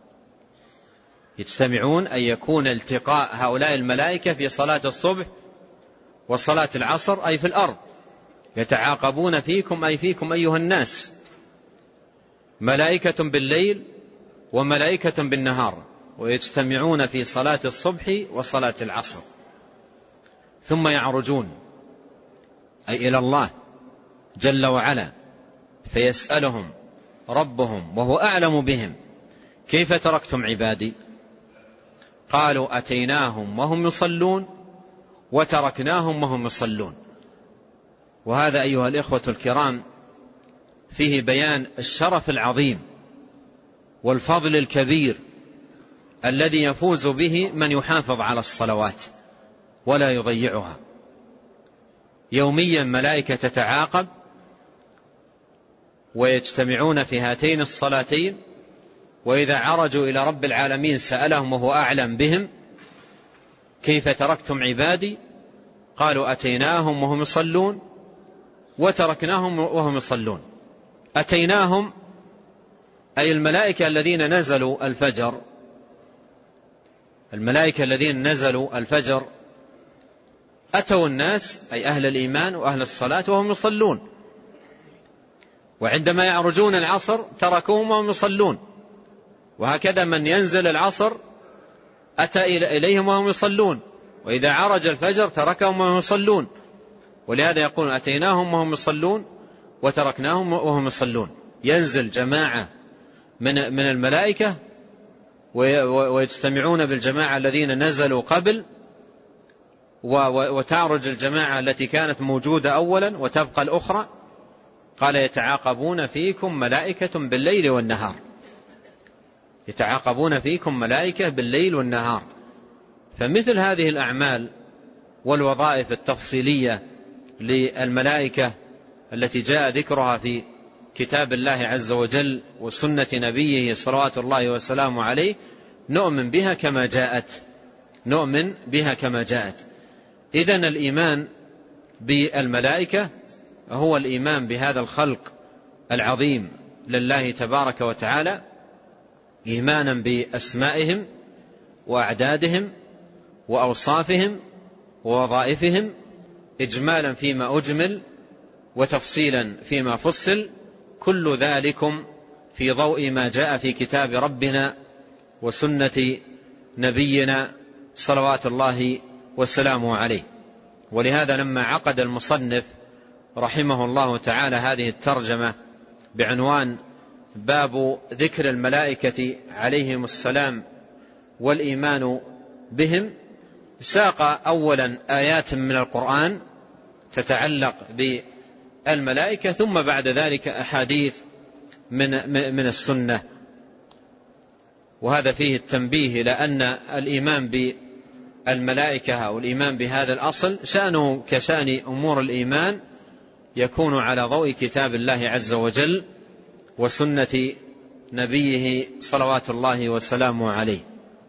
S1: يجتمعون أن يكون التقاء هؤلاء الملائكة في صلاة الصبح وصلاة العصر أي في الأرض. يتعاقبون فيكم أي فيكم أيها الناس، ملائكة بالليل وملائكة بالنهار، ويجتمعون في صلاة الصبح وصلاة العصر، ثم يعرجون أي إلى الله جل وعلا فيسألهم ربهم وهو أعلم بهم كيف تركتم عبادي؟ قالوا أتيناهم وهم يصلون وتركناهم وهم يصلون. وهذا أيها الإخوة الكرام فيه بيان الشرف العظيم والفضل الكبير الذي يفوز به من يحافظ على الصلوات ولا يضيعها. يوميا ملائكة تتعاقب ويجتمعون في هاتين الصلاتين، وإذا عرجوا إلى رب العالمين سألهم وهو أعلم بهم: كيف تركتم عبادي؟ قالوا: أتيناهم وهم يصلون وتركناهم وهم يصلون. أتيناهم أي الملائكة الذين نزلوا الفجر، الملائكة الذين نزلوا الفجر أتوا الناس أي أهل الإيمان وأهل الصلاة وهم يصلون، وعندما يعرجون العصر تركوهم وهم يصلون، وهكذا من ينزل العصر أتى إليهم وهم يصلون، وإذا عرج الفجر تركهم وهم يصلون. ولهذا يقول: أتيناهم وهم يصلون وتركناهم وهم يصلون. ينزل جماعة من من الملائكة ويجتمعون بالجماعة الذين نزلوا قبل، وتعرج الجماعة التي كانت موجودة أولا وتبقى الأخرى. قال: يتعاقبون فيكم ملائكة بالليل والنهار، يتعاقبون فيكم ملائكة بالليل والنهار. فمثل هذه الأعمال والوظائف التفصيلية للملائكة التي جاء ذكرها في كتاب الله عز وجل وسنة نبيه صلوات الله وسلامه عليه نؤمن بها كما جاءت، نؤمن بها كما جاءت. إذن الإيمان بالملائكة هو الإيمان بهذا الخلق العظيم لله تبارك وتعالى، إيمانا بأسمائهم وأعدادهم وأوصافهم ووظائفهم، إجمالا فيما أجمل وتفصيلا فيما فصل، كل ذلكم في ضوء ما جاء في كتاب ربنا وسنة نبينا صلوات الله وسلامه عليه. ولهذا لما عقد المصنف رحمه الله تعالى هذه الترجمة بعنوان باب ذكر الملائكة عليهم السلام والإيمان بهم، ساق أولا آيات من القرآن تتعلق بالملائكة، ثم بعد ذلك أحاديث من من السنة. وهذا فيه التنبيه إلى أن الإيمان بالملائكة أو الإيمان بهذا الأصل شأنه كشأن أمور الإيمان، يكون على ضوء كتاب الله عز وجل وسنة نبيه صلوات الله وسلامه عليه.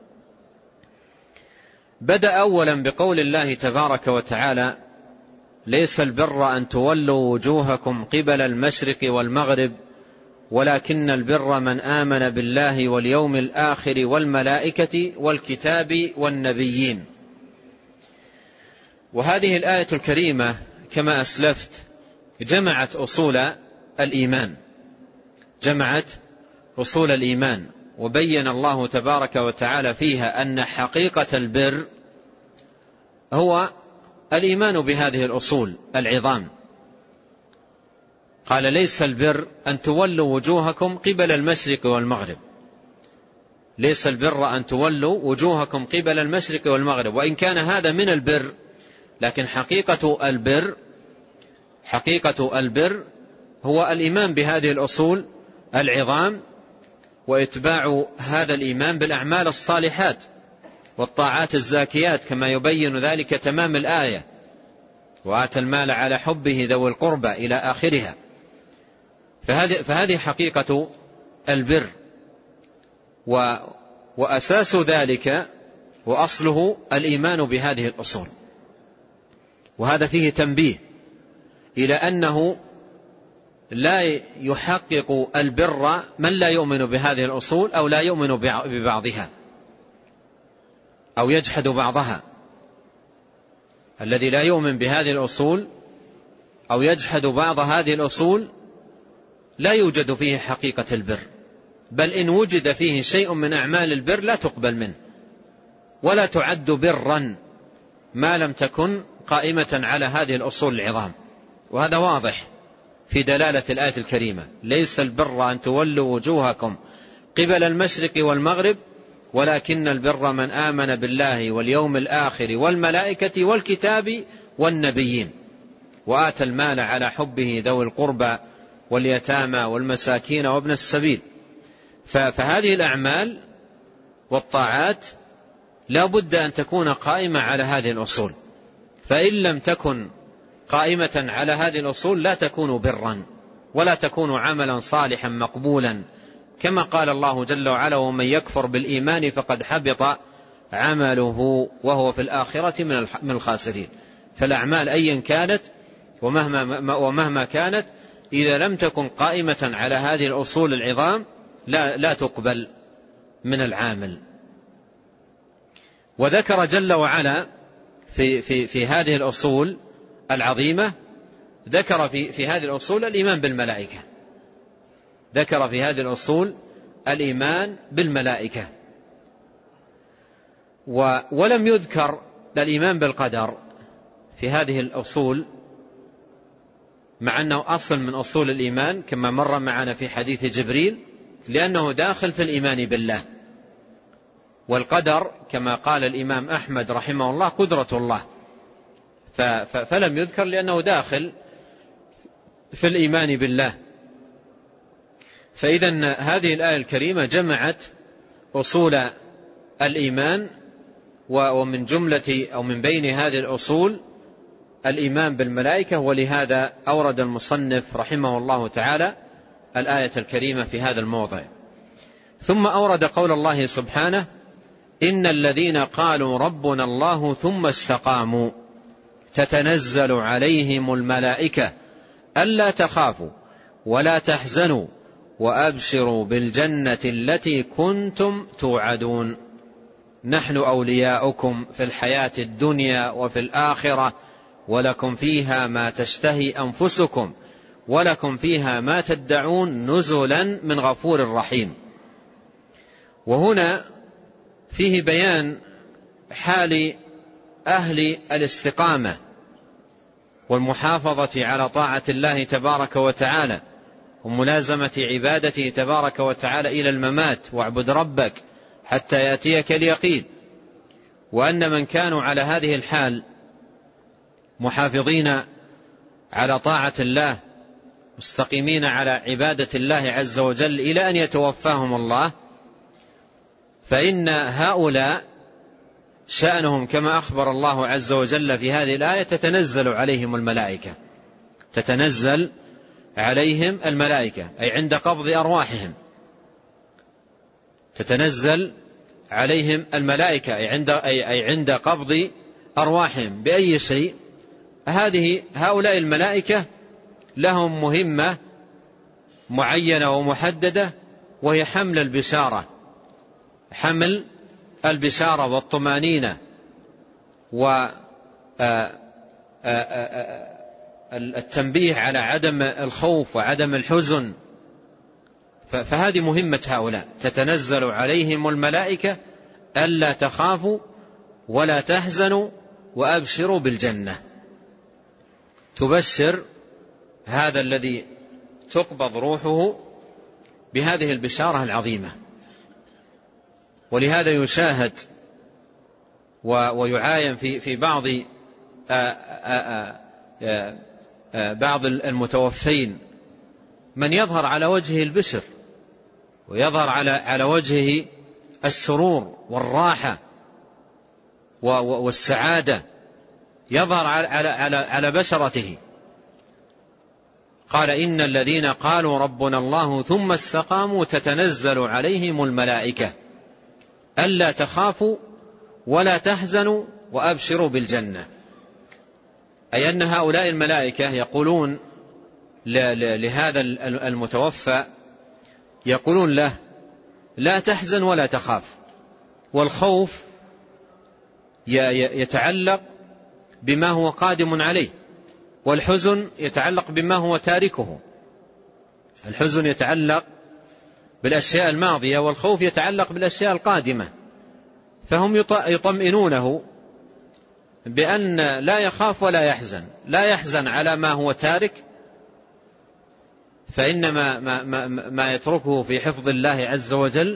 S1: بدأ أولا بقول الله تبارك وتعالى: ليس البر أن تولوا وجوهكم قبل المشرق والمغرب ولكن البر من آمن بالله واليوم الآخر والملائكة والكتاب والنبيين. وهذه الآية الكريمة كما أسلفت جمعت أصول الإيمان، جمعت أصول الإيمان، وبين الله تبارك وتعالى فيها أن حقيقة البر هو الإيمان بهذه الأصول العظام. قال: ليس البر أن تولوا وجوهكم قبل المشرق والمغرب، ليس البر أن تولوا وجوهكم قبل المشرق والمغرب، وإن كان هذا من البر، لكن حقيقة البر حقيقة البر هو الإيمان بهذه الأصول العظام، وإتباع هذا الإيمان بالأعمال الصالحات والطاعات الزاكيات، كما يبين ذلك تمام الآية: وآتى المال على حبه ذوي القربى إلى آخرها. فهذه, فهذه حقيقة البر، و وأساس ذلك وأصله الإيمان بهذه الأصول. وهذا فيه تنبيه إلى أنه لا يحقق البر من لا يؤمن بهذه الأصول أو لا يؤمن ببعضها أو يجحد بعضها. الذي لا يؤمن بهذه الأصول أو يجحد بعض هذه الأصول لا يوجد فيه حقيقة البر، بل إن وجد فيه شيء من أعمال البر لا تقبل منه ولا تعد برا ما لم تكن قائمة على هذه الأصول العظام. وهذا واضح في دلالة الآية الكريمة: ليس البر أن تولوا وجوهكم قبل المشرق والمغرب ولكن البر من آمن بالله واليوم الآخر والملائكة والكتاب والنبيين وآتى المال على حبه ذوي القربى واليتامى والمساكين وابن السبيل. فهذه الأعمال والطاعات لا بد أن تكون قائمة على هذه الأصول، فإن لم تكن قائمة على هذه الأصول لا تكون برا
S3: ولا تكون عملا صالحا مقبولا، كما قال الله جل وعلا: ومن يكفر بالإيمان فقد حبط عمله وهو في الآخرة من الخاسرين. فالأعمال أيا كانت ومهما, ومهما كانت إذا لم تكن قائمة على هذه الأصول العظام لا, لا تقبل من العامل. وذكر جل وعلا في, في, في هذه الأصول العظيمة، ذكر في, في هذه الأصول الإيمان بالملائكة، ذكر في هذه الأصول الإيمان بالملائكة، ولم يذكر الإيمان بالقدر في هذه الأصول، مع أنه أصل من أصول الإيمان كما مر معنا في حديث جبريل، لأنه داخل في الإيمان بالله. والقدر كما قال الإمام أحمد رحمه الله قدرة الله، فلم يذكر لأنه داخل في الإيمان بالله. فإذا هذه الآية الكريمة جمعت أصول الإيمان، ومن جملة أو من بين هذه الأصول الإيمان بالملائكة، ولهذا أورد المصنف رحمه الله تعالى الآية الكريمة في هذا الموضع. ثم أورد قول الله سبحانه: إن الذين قالوا ربنا الله ثم استقاموا تتنزل عليهم الملائكة ألا تخافوا ولا تحزنوا وأبشروا بالجنة التي كنتم توعدون نحن أولياؤكم في الحياة الدنيا وفي الآخرة ولكم فيها ما تشتهي أنفسكم ولكم فيها ما تدعون نزلا من غفور رحيم. وهنا فيه بيان حال أهل الاستقامة والمحافظة على طاعة الله تبارك وتعالى وملازمة عبادته تبارك وتعالى إلى الممات، واعبد ربك حتى يأتيك اليقين. وأن من كانوا على هذه الحال محافظين على طاعة الله مستقيمين على عبادة الله عز وجل إلى أن يتوفاهم الله، فإن هؤلاء شأنهم كما أخبر الله عز وجل في هذه الآية تتنزل عليهم الملائكة، تتنزل عليهم الملائكة أي عند قبض أرواحهم، تتنزل عليهم الملائكة أي عند, أي عند قبض أرواحهم. بأي شيء؟ هذه هؤلاء الملائكة لهم مهمة معينة ومحددة، وهي حمل البشارة، حمل البشارة والطمأنينة والتنبيه على عدم الخوف وعدم الحزن. فهذه مهمة هؤلاء، تتنزل عليهم الملائكة ألا تخافوا ولا تحزنوا وأبشروا بالجنة. تبشر هذا الذي تقبض روحه بهذه البشارة العظيمة. ولهذا يشاهد ويعاين في في بعض آآ آآ آآ بعض المتوفين من يظهر على وجهه البشر ويظهر على على وجهه السرور والراحة والسعادة، يظهر على على على بشرته. قال: إن الذين قالوا ربنا الله ثم استقاموا تتنزل عليهم الملائكة ألا تخافوا ولا تحزنوا وأبشروا بالجنة. أي أن هؤلاء الملائكة يقولون لهذا المتوفى، يقولون له: لا تحزن ولا تخاف. والخوف يتعلق بما هو قادم عليه، والحزن يتعلق بما هو تاركه. الحزن يتعلق بالأشياء الماضية، والخوف يتعلق بالأشياء القادمة. فهم يطمئنونه بأن لا يخاف ولا يحزن، لا يحزن على ما هو تارك، فإنما ما, ما, ما يتركه في حفظ الله عز وجل،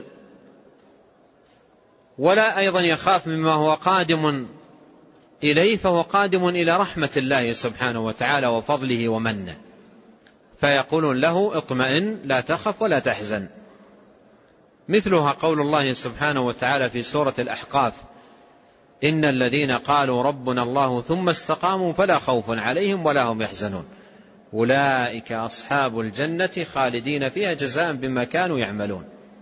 S3: ولا أيضا يخاف مما هو قادم إليه، فهو قادم إلى رحمة الله سبحانه وتعالى وفضله ومنه. فيقولون له: اطمئن لا تخف ولا تحزن. مثلها قول الله سبحانه وتعالى في سورة الأحقاف: إن الذين قالوا ربنا الله ثم استقاموا فلا خوف عليهم ولا هم يحزنون. أولئك أصحاب الجنة خالدين فيها جزاء بما كانوا يعملون.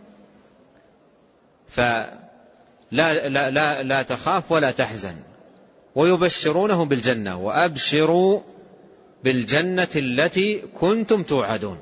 S3: فلا لا لا لا تخاف ولا تحزن، ويبشرونه بالجنة، وأبشروا بالجنة التي كنتم توعدون.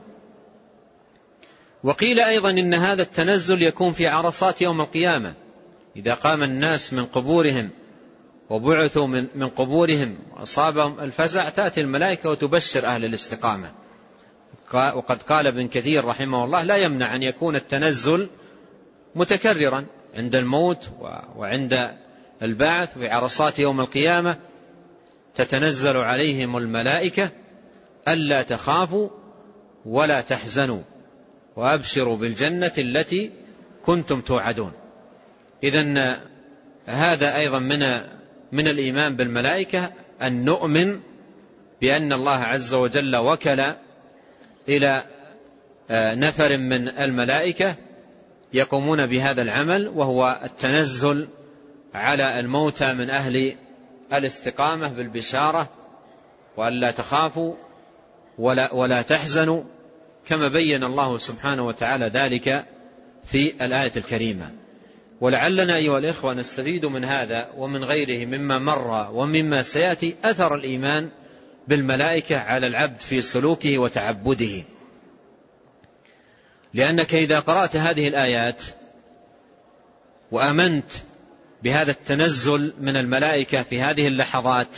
S3: وقيل أيضا إن هذا التنزل يكون في عرصات يوم القيامة، إذا قام الناس من قبورهم وبعثوا من من قبورهم وأصابهم الفزع، تأتي الملائكة وتبشر أهل الاستقامة. وقد قال ابن كثير رحمه الله: لا يمنع أن يكون التنزل متكررا عند الموت وعند البعث. في عرصات يوم القيامة تتنزل عليهم الملائكة ألا تخافوا ولا تحزنوا وأبشروا بالجنة التي كنتم توعدون. إذن هذا أيضا من من الإيمان بالملائكة، أن نؤمن بأن الله عز وجل وكل إلى نفر من الملائكة يقومون بهذا العمل، وهو التنزل على الموتى من أهل الاستقامة بالبشارة وألا تخافوا ولا, ولا تحزنوا، كما بين الله سبحانه وتعالى ذلك في الآية الكريمة. ولعلنا أيها الإخوة نستفيد من هذا ومن غيره مما مر ومما سيأتي أثر الإيمان بالملائكة على العبد في سلوكه وتعبده. لأنك إذا قرأت هذه الآيات وآمنت بهذا التنزل من الملائكة في هذه اللحظات،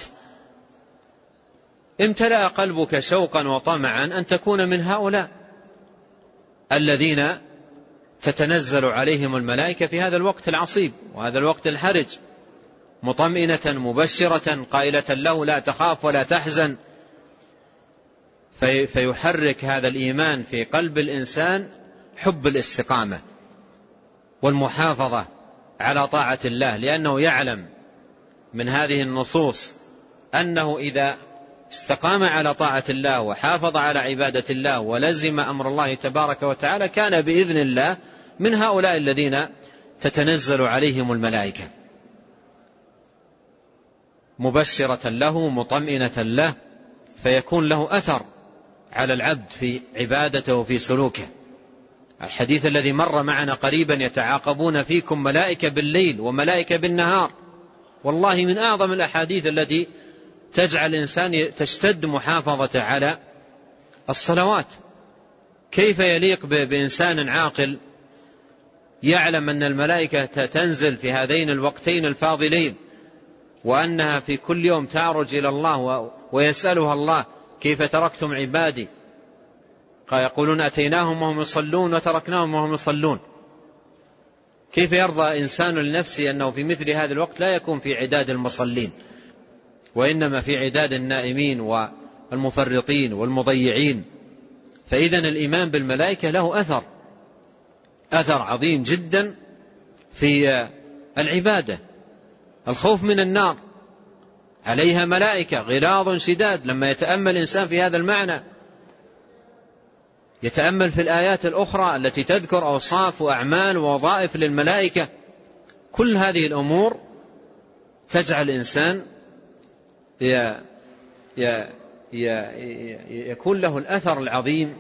S3: امتلأ قلبك شوقا وطمعا أن تكون من هؤلاء الذين تتنزل عليهم الملائكة في هذا الوقت العصيب وهذا الوقت الحرج، مطمئنة مبشرة قائلة له: لا تخاف ولا تحزن. في فيحرك هذا الإيمان في قلب الإنسان حب الاستقامة والمحافظة على طاعة الله، لأنه يعلم من هذه النصوص أنه إذا استقام على طاعة الله وحافظ على عبادة الله ولزم أمر الله تبارك وتعالى، كان بإذن الله من هؤلاء الذين تتنزل عليهم الملائكة، مبشرة له مطمئنة له، فيكون له أثر على العبد في عبادته وفي سلوكه. الحديث الذي مر معنا قريبا: يتعاقبون فيكم ملائكة بالليل وملائكة بالنهار. والله من أعظم الأحاديث التي تجعل الإنسان تشتد محافظة على الصلوات. كيف يليق بإنسان عاقل يعلم أن الملائكة تنزل في هذين الوقتين الفاضلين، وأنها في كل يوم تعرج إلى الله ويسألها الله: كيف تركتم عبادي؟ يقولون: أتيناهم وهم يصلون وتركناهم وهم يصلون. كيف يرضى إنسان لنفسه أنه في مثل هذا الوقت لا يكون في عداد المصلين، وإنما في عداد النائمين والمفرطين والمضيعين؟ فإذن الإيمان بالملائكة له أثر أثر عظيم جدا في العبادة. الخوف من النار عليها ملائكة غلاظ شداد. لما يتأمل الإنسان في هذا المعنى، يتأمل في الآيات الأخرى التي تذكر أوصاف وأعمال ووظائف للملائكة، كل هذه الأمور تجعل الإنسان يكون له الأثر العظيم،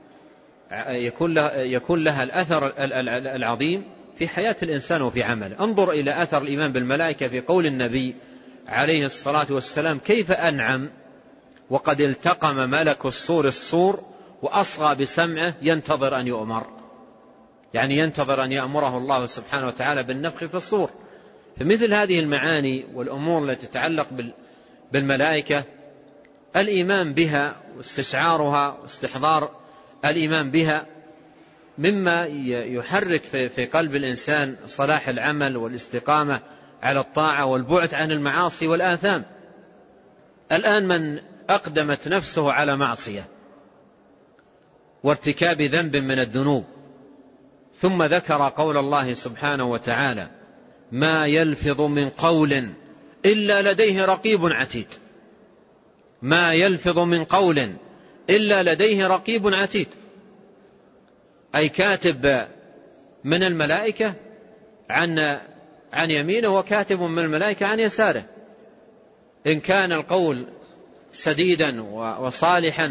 S3: يكون لها الأثر العظيم في حياة الإنسان وفي عمله. انظر إلى أثر الإيمان بالملائكة في قول النبي عليه الصلاة والسلام: كيف أنعم وقد التقم ملك الصور الصور وأصغى بسمعه ينتظر أن يؤمر، يعني ينتظر أن يأمره الله سبحانه وتعالى بالنفخ في الصور. فمثل هذه المعاني والأمور التي تتعلق بالملائكة، الإيمان بها واستشعارها واستحضار الإيمان بها مما يحرك في قلب الإنسان صلاح العمل والاستقامة على الطاعة والبعد عن المعاصي والآثام. الآن من أقدمت نفسه على معصية وارتكاب ذنب من الذنوب، ثم ذكر قول الله سبحانه وتعالى: ما يلفظ من قول إلا لديه رقيب عتيد. ما يلفظ من قول إلا لديه رقيب عتيد، أي كاتب من الملائكة عن عن يمينه وكاتب من الملائكة عن يساره. إن كان القول سديدا وصالحا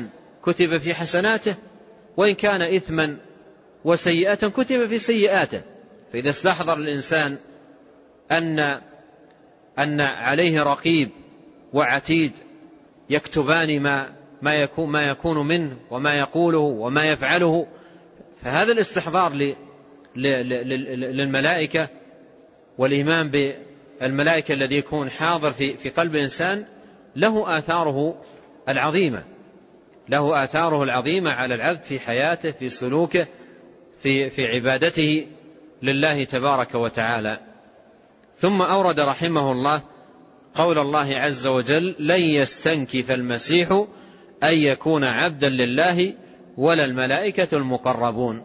S3: كتب في حسناته، وإن كان إثما وسيئة كتب في سيئاته. فإذا استحضر الإنسان أن أن عليه رقيب وعتيد يكتبان ما ما يكون ما يكون منه وما يقوله وما يفعله، فهذا الاستحضار للملائكة والإيمان بالملائكة الذي يكون حاضر في في قلب الإنسان له آثاره العظيمة، له آثاره العظيمة على العبد في حياته، في سلوكه، في في عبادته لله تبارك وتعالى. ثم أورد رحمه الله قول الله عز وجل: لن يستنكف المسيح أن يكون عبدا لله ولا الملائكة المقربون.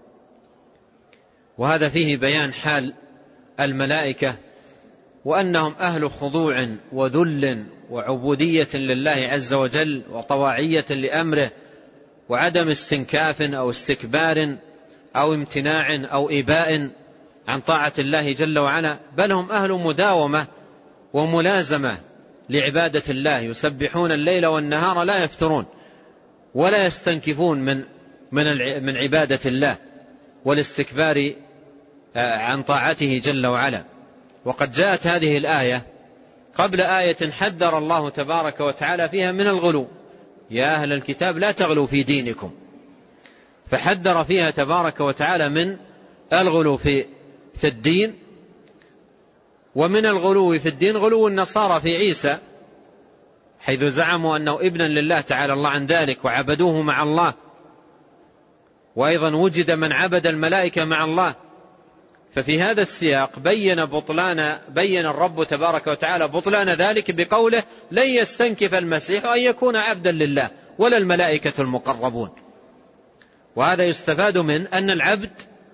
S3: وهذا فيه بيان حال الملائكة وأنهم أهل خضوع وذل وعبودية لله عز وجل وطواعية لأمره، وعدم استنكاف أو استكبار أو امتناع أو إباء عن طاعة الله جل وعلا، بل هم أهل مداومة وملازمة لعبادة الله، يسبحون الليل والنهار لا يفترون ولا يستنكفون من من من عبادة الله والاستكبار عن طاعته جل وعلا. وقد جاءت هذه الآية قبل آية حذر الله تبارك وتعالى فيها من الغلو: يا أهل الكتاب لا تغلوا في دينكم، فحذر فيها تبارك وتعالى من الغلو في في الدين. ومن الغلو في الدين غلو النصارى في عيسى، حيث زعموا أنه ابنا لله تعالى الله عن ذلك وعبدوه مع الله، وأيضا وجد من عبد الملائكة مع الله. ففي هذا السياق بين بطلان بين الرب تبارك وتعالى بطلان ذلك بقوله: لن يستنكف المسيح أن يكون عبدا لله ولا الملائكة المقربون. وهذا يستفاد من أن العبد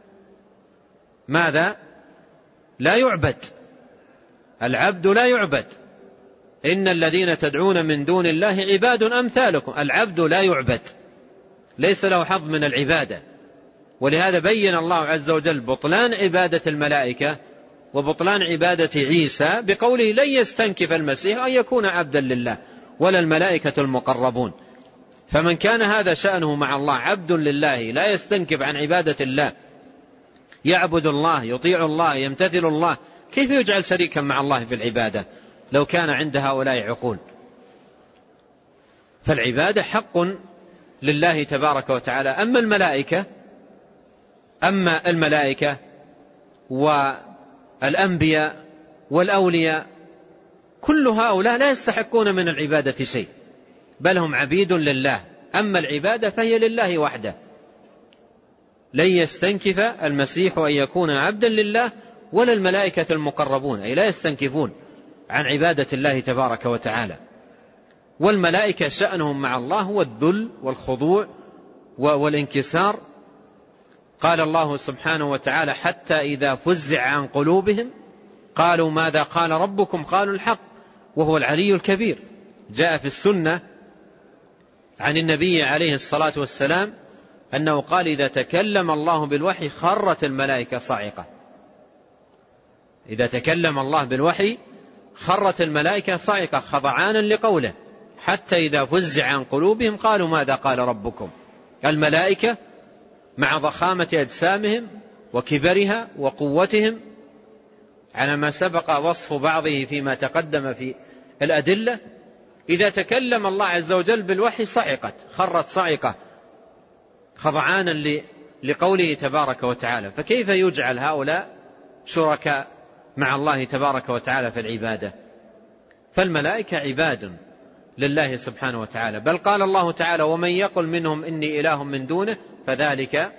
S3: ماذا؟ لا يعبد، العبد لا يعبد. إن الذين تدعون من دون الله عباد أمثالكم. العبد لا يعبد، ليس له حظ من العبادة. ولهذا بين الله عز وجل بطلان عبادة الملائكة وبطلان عبادة عيسى بقوله: لن يستنكف المسيح أن يكون عبدا لله ولا الملائكة المقربون. فمن كان هذا شأنه مع الله، عبد لله لا يستنكف عن عبادة الله، يعبد الله، يطيع الله، يمتثل الله، كيف يجعل شريكا مع الله في العبادة لو كان عند هؤلاء عقول؟ فالعبادة حق لله تبارك وتعالى. أما الملائكة أما الملائكة والأنبياء والأولياء كل هؤلاء لا يستحقون من العبادة شيء، بل هم عبيد لله. أما العبادة فهي لله وحده. لن يستنكف المسيح أن يكون عبدا لله ولا الملائكة المقربون، أي لا يستنكفون عن عبادة الله تبارك وتعالى. والملائكة شأنهم مع الله هو الذل والخضوع والانكسار. قال الله سبحانه وتعالى: حتى إذا فزع عن قلوبهم قالوا ماذا قال ربكم قالوا الحق وهو العلي الكبير. جاء في السنة عن النبي عليه الصلاة والسلام أنه قال: إذا تكلم الله بالوحي خرت الملائكة صاعقة. إذا تكلم الله بالوحي خرت الملائكة صاعقة خضعانا لقوله: حتى إذا فزع عن قلوبهم قالوا ماذا قال ربكم. الملائكة مع ضخامة أجسامهم وكبرها وقوتهم على ما سبق وصف بعضه فيما تقدم في الأدلة، إذا تكلم الله عز وجل بالوحي صعقت، خرت صعقة خضعانا لقوله تبارك وتعالى. فكيف يجعل هؤلاء شركاء مع الله تبارك وتعالى في العبادة؟ فالملائكة عباد لله سبحانه وتعالى. بل قال الله تعالى: ومن يقل منهم إني إله من دونه فذلك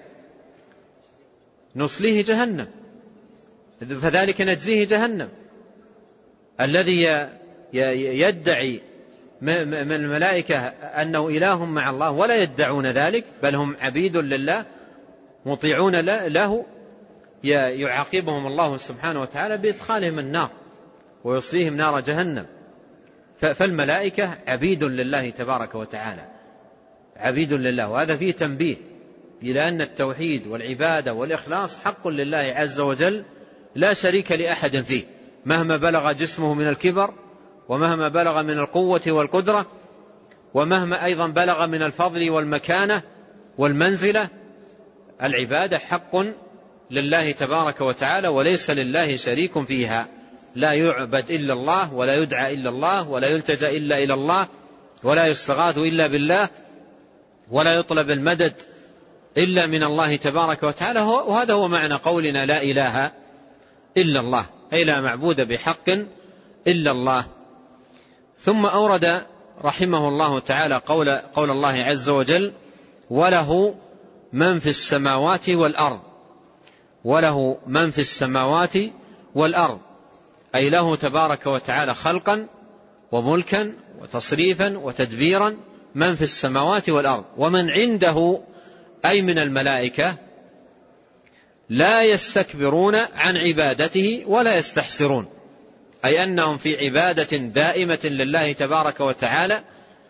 S3: نصليه جهنم، فذلك نجزيه جهنم. الذي يدعي من الملائكة أنه إله مع الله ولا يدعون ذلك، بل هم عبيد لله مطيعون له، يعاقبهم الله سبحانه وتعالى بإدخالهم النار ويصليهم نار جهنم. فالملائكة عبيد لله تبارك وتعالى، عبيد لله. وهذا فيه تنبيه إلى أن التوحيد والعبادة والإخلاص حق لله عز وجل لا شريك لأحد فيه، مهما بلغ جسمه من الكبر ومهما بلغ من القوة والقدرة ومهما أيضا بلغ من الفضل والمكانة والمنزلة، العبادة حق لله تبارك وتعالى وليس لله شريك فيها. لا يعبد إلا الله، ولا يدعى إلا الله، ولا يلتجأ إلا إلى الله، ولا يستغاث إلا بالله، ولا يطلب المدد إلا من الله تبارك وتعالى. وهذا هو معنى قولنا لا إله إلا الله، أي لا معبود بحق إلا الله. ثم أورد رحمه الله تعالى قول, قول الله عز وجل: وله من في السماوات والأرض. وله من في السماوات والأرض، أي له تبارك وتعالى خلقا وملكا وتصريفا وتدبيرا، من في السماوات والأرض. ومن عنده أي من الملائكة لا يستكبرون عن عبادته ولا يستحسرون، أي أنهم في عبادة دائمة لله تبارك وتعالى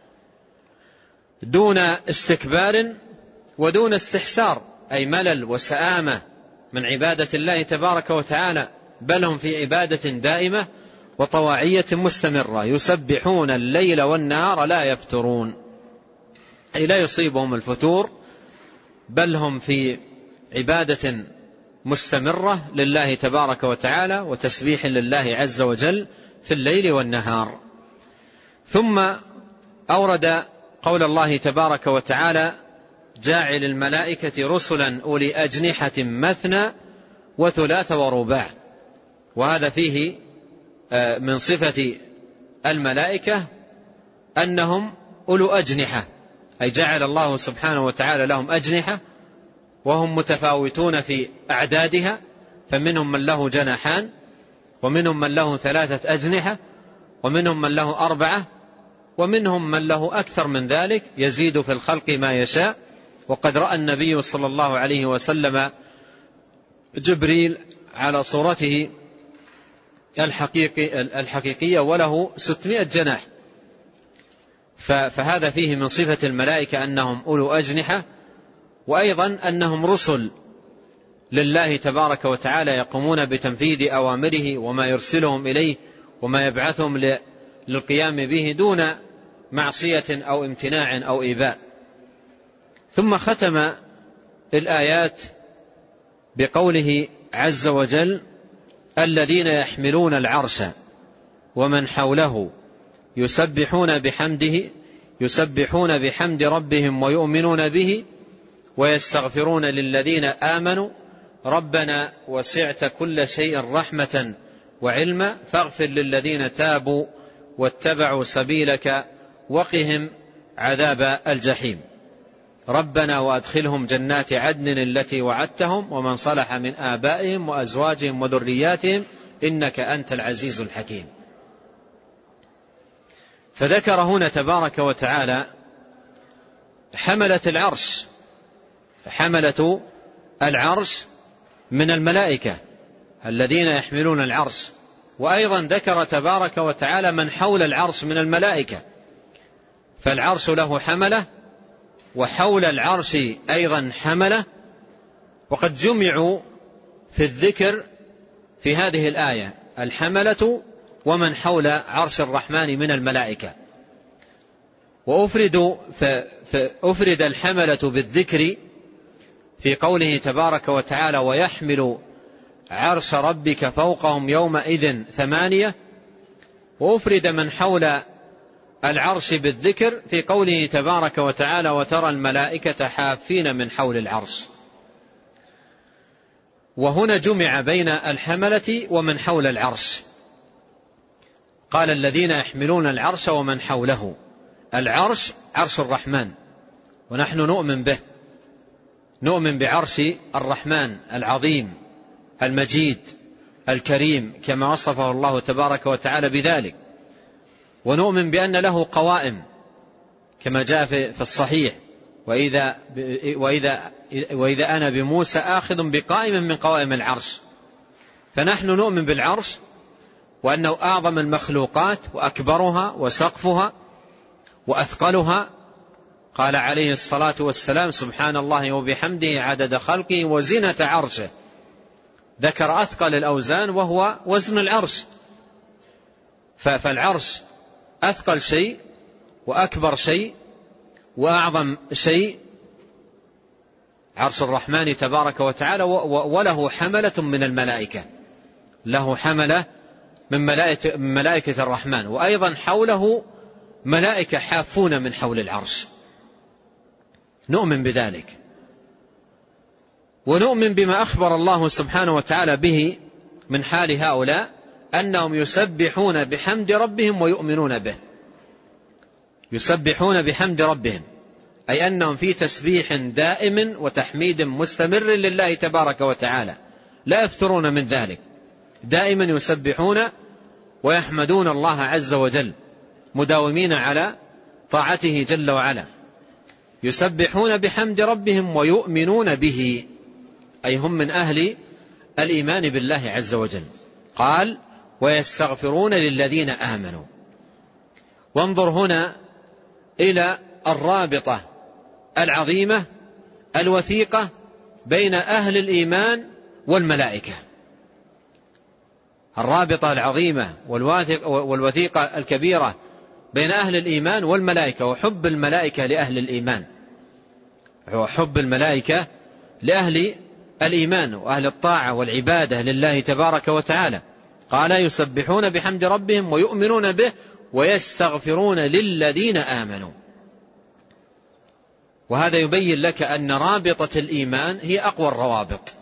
S3: دون استكبار ودون استحسار، أي ملل وسآمة من عبادة الله تبارك وتعالى، بل هم في عبادة دائمة وطواعية مستمرة، يسبحون الليل والنهار لا يفترون، أي لا يصيبهم الفتور، بل هم في عبادة مستمرة لله تبارك وتعالى وتسبيح لله عز وجل في الليل والنهار. ثم أورد قول الله تبارك وتعالى: جاعل الملائكة رسلا أولي أجنحة مثنى وثلاث ورباع. وهذا فيه من صفة الملائكة أنهم أولو أجنحة، أي جعل الله سبحانه وتعالى لهم أجنحة وهم متفاوتون في أعدادها، فمنهم من له جناحان، ومنهم من له ثلاثة أجنحة، ومنهم من له أربعة، ومنهم من له أكثر من ذلك، يزيد في الخلق ما يشاء. وقد رأى النبي صلى الله عليه وسلم جبريل على صورته الحقيقي الحقيقية وله ستمائة جناح. فهذا فيه من صفة الملائكة أنهم أولو أجنحة، وأيضا أنهم رسل لله تبارك وتعالى يقومون بتنفيذ أوامره وما يرسلهم إليه وما يبعثهم للقيام به دون معصية أو امتناع أو إيباء. ثم ختم الآيات بقوله عز وجل: الذين يحملون العرش ومن حوله يسبحون بحمده يسبحون بحمد ربهم ويؤمنون به ويستغفرون للذين آمنوا ربنا وسعت كل شيء رحمة وعلما فاغفر للذين تابوا واتبعوا سبيلك وقهم عذاب الجحيم ربنا وأدخلهم جنات عدن التي وعدتهم ومن صلح من آبائهم وأزواجهم وذرياتهم إنك أنت العزيز الحكيم. فذكر هنا تبارك وتعالى حملة العرش حملة العرش من الملائكة الذين يحملون العرش، وأيضا ذكر تبارك وتعالى من حول العرش من الملائكة، فالعرش له حملة وحول العرش أيضا حملة، وقد جمعوا في الذكر في هذه الآية الحملة ومن حول عرش الرحمن من الملائكة، وأفردوا فأفرد الحملة بالذكر في قوله تبارك وتعالى ويحمل عرش ربك فوقهم يومئذ ثمانية، وأفرد من حول العرش بالذكر في قوله تبارك وتعالى وترى الملائكة حافين من حول العرش. وهنا جمع بين الحملة ومن حول العرش، قال الذين يحملون العرش ومن حوله. العرش عرش الرحمن، ونحن نؤمن به، نؤمن بعرش الرحمن العظيم المجيد الكريم كما وصفه الله تبارك وتعالى بذلك، ونؤمن بأن له قوائم كما جاء في الصحيح وإذا, وإذا, وإذا أنا بموسى آخذ بقائم من قوائم العرش. فنحن نؤمن بالعرش وأنه أعظم المخلوقات وأكبرها وسقفها وأثقلها. قال عليه الصلاة والسلام سبحان الله وبحمده عدد خلقه وزنة عرشه، ذكر أثقل الأوزان وهو وزن العرش. فالعرش أثقل شيء وأكبر شيء وأعظم شيء عرش الرحمن تبارك وتعالى، وله حملة من الملائكة، له حملة من ملائكة, من ملائكة الرحمن، وأيضا حوله ملائكة حافون من حول العرش. نؤمن بذلك، ونؤمن بما أخبر الله سبحانه وتعالى به من حال هؤلاء، أنهم يسبحون بحمد ربهم ويؤمنون به. يسبحون بحمد ربهم أي أنهم في تسبيح دائم وتحميد مستمر لله تبارك وتعالى، لا يفترون من ذلك، دائما يسبحون ويحمدون الله عز وجل، مداومين على طاعته جل وعلا. يسبحون بحمد ربهم ويؤمنون به، أي هم من أهل الإيمان بالله عز وجل. قال ويستغفرون للذين آمنوا. وانظر هنا إلى الرابطة العظيمة الوثيقة بين أهل الإيمان والملائكة، الرابطة العظيمة والوثيقة الكبيرة بين أهل الإيمان والملائكة، وحب الملائكة لأهل الإيمان، وحب الملائكة لأهل الإيمان وأهل الطاعة والعبادة لله تبارك وتعالى. قال يسبحون بحمد ربهم ويؤمنون به ويستغفرون للذين آمنوا. وهذا يبين لك أن رابطة الإيمان هي أقوى الروابط.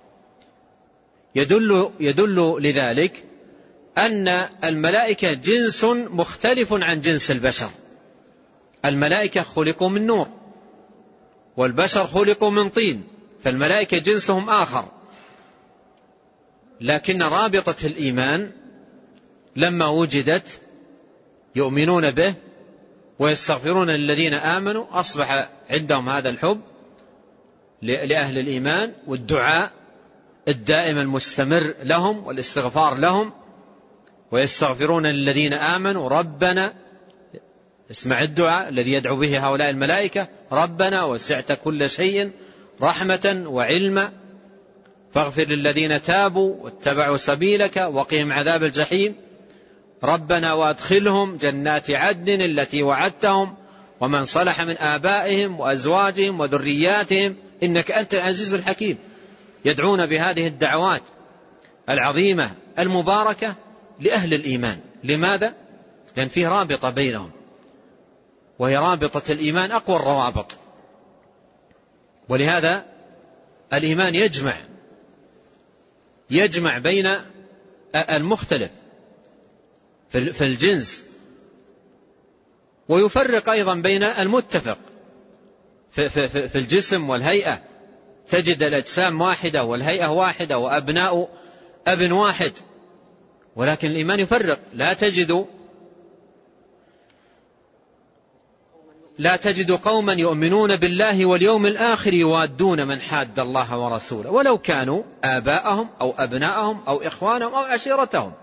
S3: يدل, يدل لذلك أن الملائكة جنس مختلف عن جنس البشر. الملائكة خلقوا من نور والبشر خلقوا من طين، فالملائكة جنسهم آخر، لكن رابطة الإيمان لما وجدت يؤمنون به ويستغفرون للذين آمنوا، أصبح عندهم هذا الحب لأهل الإيمان والدعاء الدائم المستمر لهم والاستغفار لهم. ويستغفرون للذين آمنوا ربنا، اسمع الدعاء الذي يدعو به هؤلاء الملائكة، ربنا وسعت كل شيء رحمة وعلما فاغفر للذين تابوا واتبعوا سبيلك وقهم عذاب الجحيم، ربنا وادخلهم جنات عدن التي وعدتهم ومن صلح من آبائهم وأزواجهم وذرياتهم إنك أنت العزيز الحكيم. يدعون بهذه الدعوات العظيمة المباركة لأهل الإيمان. لماذا؟ لأن فيه رابطة بينهم، وهي رابطة الإيمان أقوى الروابط. ولهذا الإيمان يجمع يجمع بين المختلف في الجنس، ويفرق أيضا بين المتفق في الجسم والهيئة. تجد الأجسام واحدة والهيئة واحدة وأبناء أب واحد، ولكن الإيمان يفرق. لا تجد لا تجد قوما يؤمنون بالله واليوم الآخر يوادون من حاد الله ورسوله ولو كانوا آباءهم أو أبناءهم أو إخوانهم أو عشيرتهم.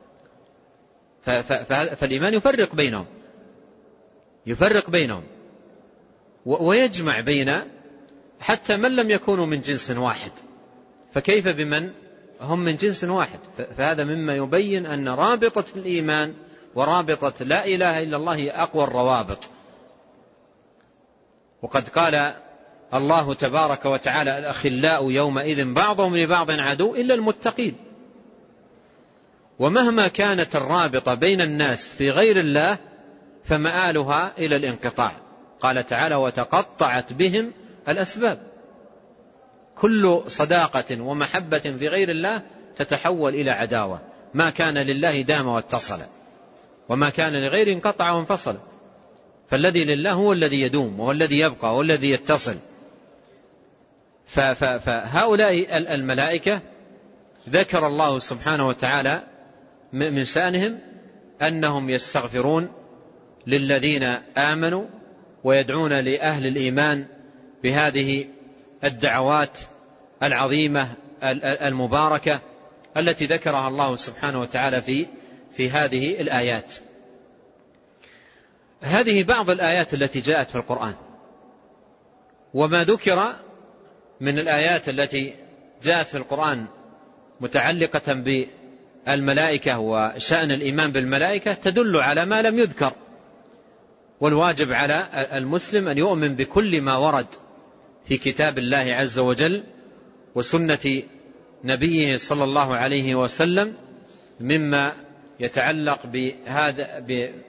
S3: فالإيمان يفرق بينهم يفرق بينهم ويجمع بين حتى من لم يكونوا من جنس واحد، فكيف بمن هم من جنس واحد؟ فهذا مما يبين أن رابطة الإيمان ورابطة لا إله إلا الله هي أقوى الروابط. وقد قال الله تبارك وتعالى الأخلاء يومئذ بعضهم لبعض عدو إلا المتقين. ومهما كانت الرابطة بين الناس في غير الله فمآلها إلى الانقطاع. قال تعالى وتقطعت بهم الأسباب. كل صداقة ومحبة في غير الله تتحول إلى عداوة. ما كان لله دام واتصل، وما كان لغير انقطع وانفصل. فالذي لله هو الذي يدوم وهو الذي يبقى وهو الذي يتصل. فهؤلاء الملائكة ذكر الله سبحانه وتعالى من شأنهم أنهم يستغفرون للذين آمنوا ويدعون لأهل الإيمان بهذه الدعوات العظيمة المباركة التي ذكرها الله سبحانه وتعالى في في هذه الآيات. هذه بعض الآيات التي جاءت في القرآن. وما ذكر من الآيات التي جاءت في القرآن متعلقة بالملائكة وشأن الإيمان بالملائكة تدل على ما لم يذكر والواجب على المسلم أن يؤمن بكل ما ورد في كتاب الله عز وجل وسنة نبيه صلى الله عليه وسلم مما يتعلق بهذا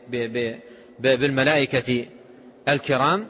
S3: بالملائكة الكرام.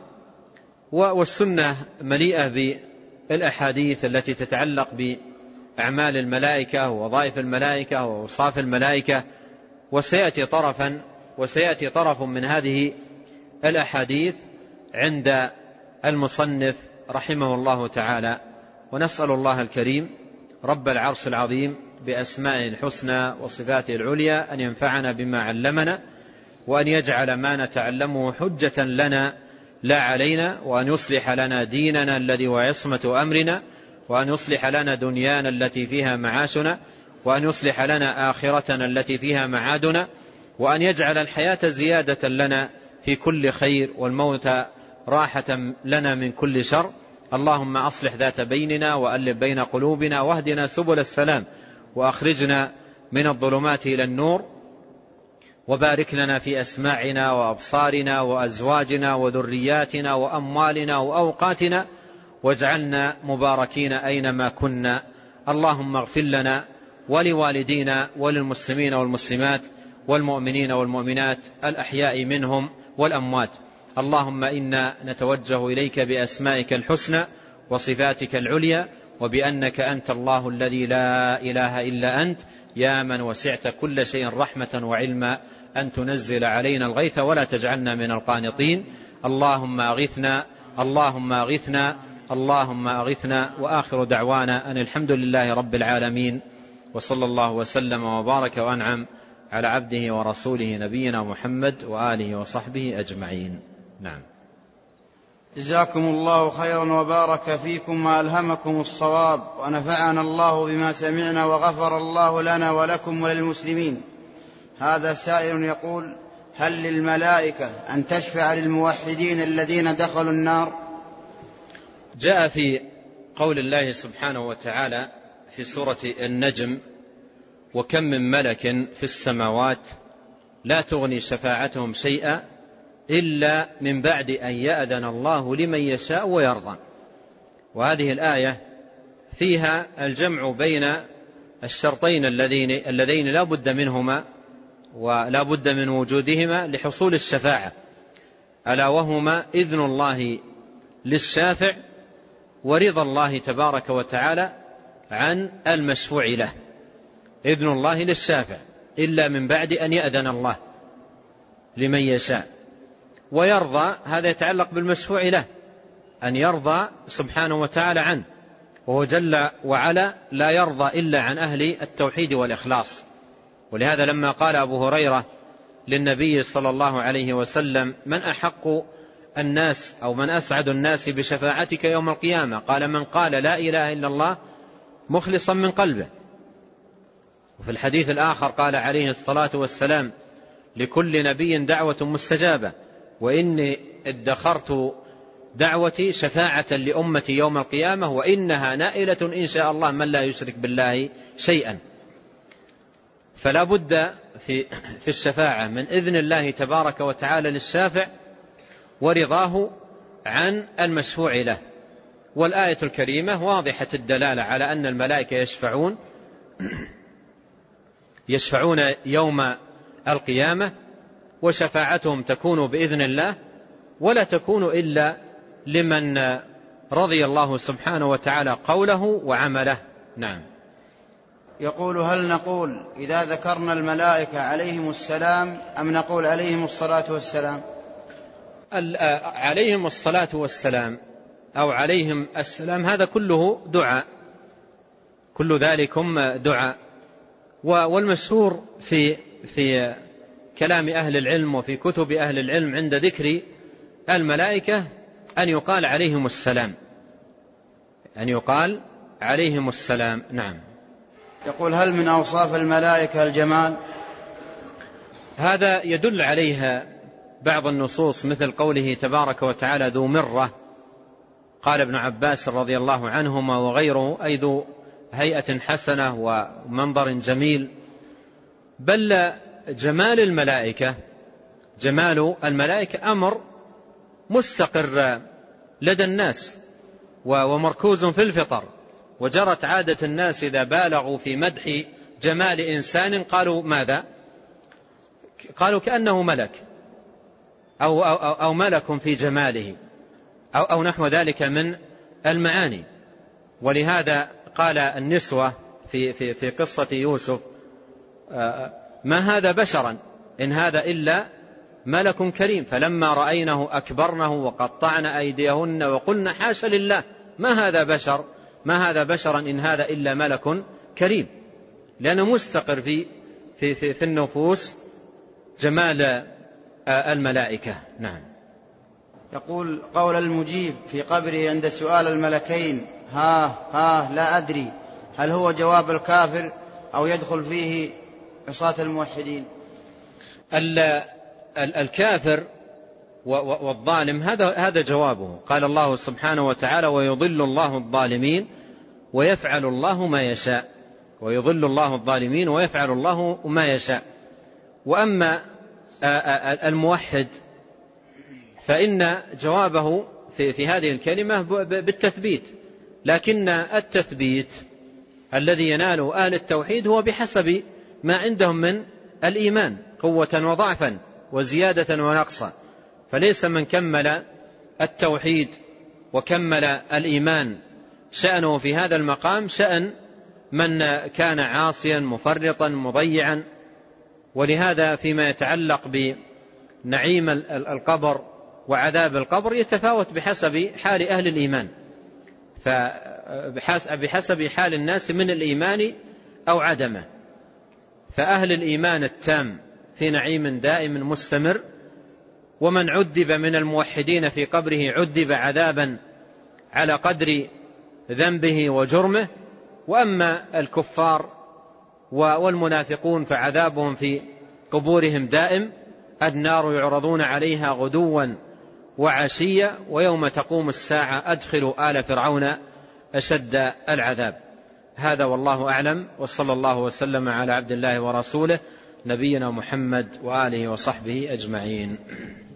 S3: والسنة مليئة بالأحاديث التي تتعلق بأعمال الملائكة ووظائف الملائكة وأوصاف الملائكة، وسيأتي طرفا وسيأتي طرف من هذه الأحاديث عند المصنف رحمه الله تعالى. ونسأل الله الكريم رب العرش العظيم بأسمائه الحسنى وصفاته العليا أن ينفعنا بما علمنا، وأن يجعل ما نتعلمه حجة لنا لا علينا، وأن يصلح لنا ديننا الذي هو عصمة أمرنا، وأن يصلح لنا دنيانا التي فيها معاشنا، وأن يصلح لنا آخرتنا التي فيها معادنا، وأن يجعل الحياة زيادة لنا في كل خير والموت راحة لنا من كل شر. اللهم أصلح ذات بيننا وألف بين قلوبنا واهدنا سبل السلام وأخرجنا من الظلمات إلى النور، وبارك لنا في أسماعنا وأبصارنا وأزواجنا وذرياتنا وأموالنا وأوقاتنا، واجعلنا مباركين أينما كنا. اللهم اغفر لنا ولوالدينا وللمسلمين والمسلمات والمؤمنين والمؤمنات الأحياء منهم والأموات. اللهم إنا نتوجه إليك بأسمائك الحسنى وصفاتك العليا، وبأنك أنت الله الذي لا إله إلا أنت، يا من وسعت كل شيء رحمة وعلما، أن تنزل علينا الغيث ولا تجعلنا من القانطين. اللهم أغثنا اللهم أغثنا اللهم أغثنا. وآخر دعوانا أن الحمد لله رب العالمين، وصلى الله وسلم وبارك وأنعم على عبده ورسوله نبينا محمد وآله وصحبه أجمعين. نعم.
S2: جزاكم الله خيرا وبارك فيكم وألهمكم الصواب، ونفعنا الله بما سمعنا، وغفر الله لنا ولكم وللمسلمين. هذا سائل يقول: هل للملائكة أن تشفع للموحدين الذين دخلوا النار؟
S3: جاء في قول الله سبحانه وتعالى في سورة النجم: وكم من ملك في السماوات لا تغني شفاعتهم شيئا إلا من بعد أن يأذن الله لمن يشاء ويرضى. وهذه الآية فيها الجمع بين الشرطين اللذين اللذين لا بد منهما ولا بد من وجودهما لحصول الشفاعة، ألا وهما إذن الله للشافع ورضا الله تبارك وتعالى عن المشفوع له. إذن الله للشافع إلا من بعد أن يأذن الله لمن يشاء، ويرضى هذا يتعلق بالمشفوع له، أن يرضى سبحانه وتعالى عنه، وهو جل وعلا لا يرضى إلا عن أهل التوحيد والإخلاص. ولهذا لما قال أبو هريرة للنبي صلى الله عليه وسلم: من أحق الناس أو من أسعد الناس بشفاعتك يوم القيامة؟ قال: من قال لا إله إلا الله مخلصا من قلبه. وفي الحديث الآخر قال عليه الصلاة والسلام: لكل نبي دعوة مستجابة، وإني ادخرت دعوتي شفاعة لأمتي يوم القيامة، وإنها نائلة إن شاء الله من لا يشرك بالله شيئا. فلا بد في, في الشفاعة من إذن الله تبارك وتعالى للشافع ورضاه عن المشفوع له. والآية الكريمة واضحة الدلالة على أن الملائكة يشفعون يشفعون يوم القيامة، وشفاعتهم تكون بإذن الله، ولا تكون إلا لمن رضي الله سبحانه وتعالى قوله وعمله. نعم.
S2: يقول: هل نقول إذا ذكرنا الملائكة عليهم السلام أم نقول عليهم الصلاة والسلام؟
S3: عليهم الصلاة والسلام أو عليهم السلام هذا كله دعاء، كل ذلكم دعاء. والمشهور في في كلام أهل العلم وفي كتب أهل العلم عند ذكر الملائكة أن يقال عليهم السلام، أن يقال عليهم السلام. نعم.
S2: يقول: هل من أوصاف الملائكة الجمال؟
S3: هذا يدل عليها بعض النصوص، مثل قوله تبارك وتعالى: ذو مرة. قال ابن عباس رضي الله عنهما وغيره: أي ذو هيئة حسنة ومنظر جميل. بل جمال الملائكة جمال الملائكة أمر مستقر لدى الناس ومركوز في الفطر، وجرت عادة الناس إذا بالغوا في مدح جمال إنسان قالوا ماذا؟ قالوا كأنه ملك أو, أو, أو ملك في جماله أو, أو نحو ذلك من المعاني. ولهذا قال النسوة في, في, في قصة يوسف ما هذا بشرا إن هذا إلا ملك كريم، فلما رأينه أكبرنه وقطعن أيديهن وقلن حاش لله ما هذا بشر ما هذا بشرا إن هذا إلا ملك كريم، لأنه مستقر في, في, في, في النفوس جمال الملائكة. نعم.
S2: يقول قول المجيب في قبره عند سؤال الملكين ها ها لا أدري، هل هو جواب الكافر أو يدخل فيه عصاة الموحدين؟
S3: الكافر والظالم هذا هذا جوابه. قال الله سبحانه وتعالى ويضل الله الظالمين ويفعل الله ما يشاء، ويضل الله الظالمين ويفعل الله ما يشاء. وأما الموحد فإن جوابه في, في هذه الكلمة بالتثبيت، لكن التثبيت الذي يناله أهل التوحيد هو بحسب ما عندهم من الإيمان قوة وضعفا وزيادة ونقصا، فليس من كمل التوحيد وكمل الإيمان شأنه في هذا المقام شأن من كان عاصيا مفرطا مضيعا. ولهذا فيما يتعلق بنعيم القبر وعذاب القبر يتفاوت بحسب حال أهل الإيمان، فبحسب حال الناس من الإيمان أو عدمه. فأهل الإيمان التام في نعيم دائم مستمر، ومن عذب من الموحدين في قبره عذب عذابا على قدر ذنبه وجرمه. وأما الكفار والمنافقون فعذابهم في قبورهم دائم، النار يعرضون عليها غدوا وعشيا ويوم تقوم الساعة أدخلوا آل فرعون أشد العذاب. هذا والله أعلم، وصلى الله وسلم على عبد الله ورسوله نبينا محمد وآله وصحبه أجمعين.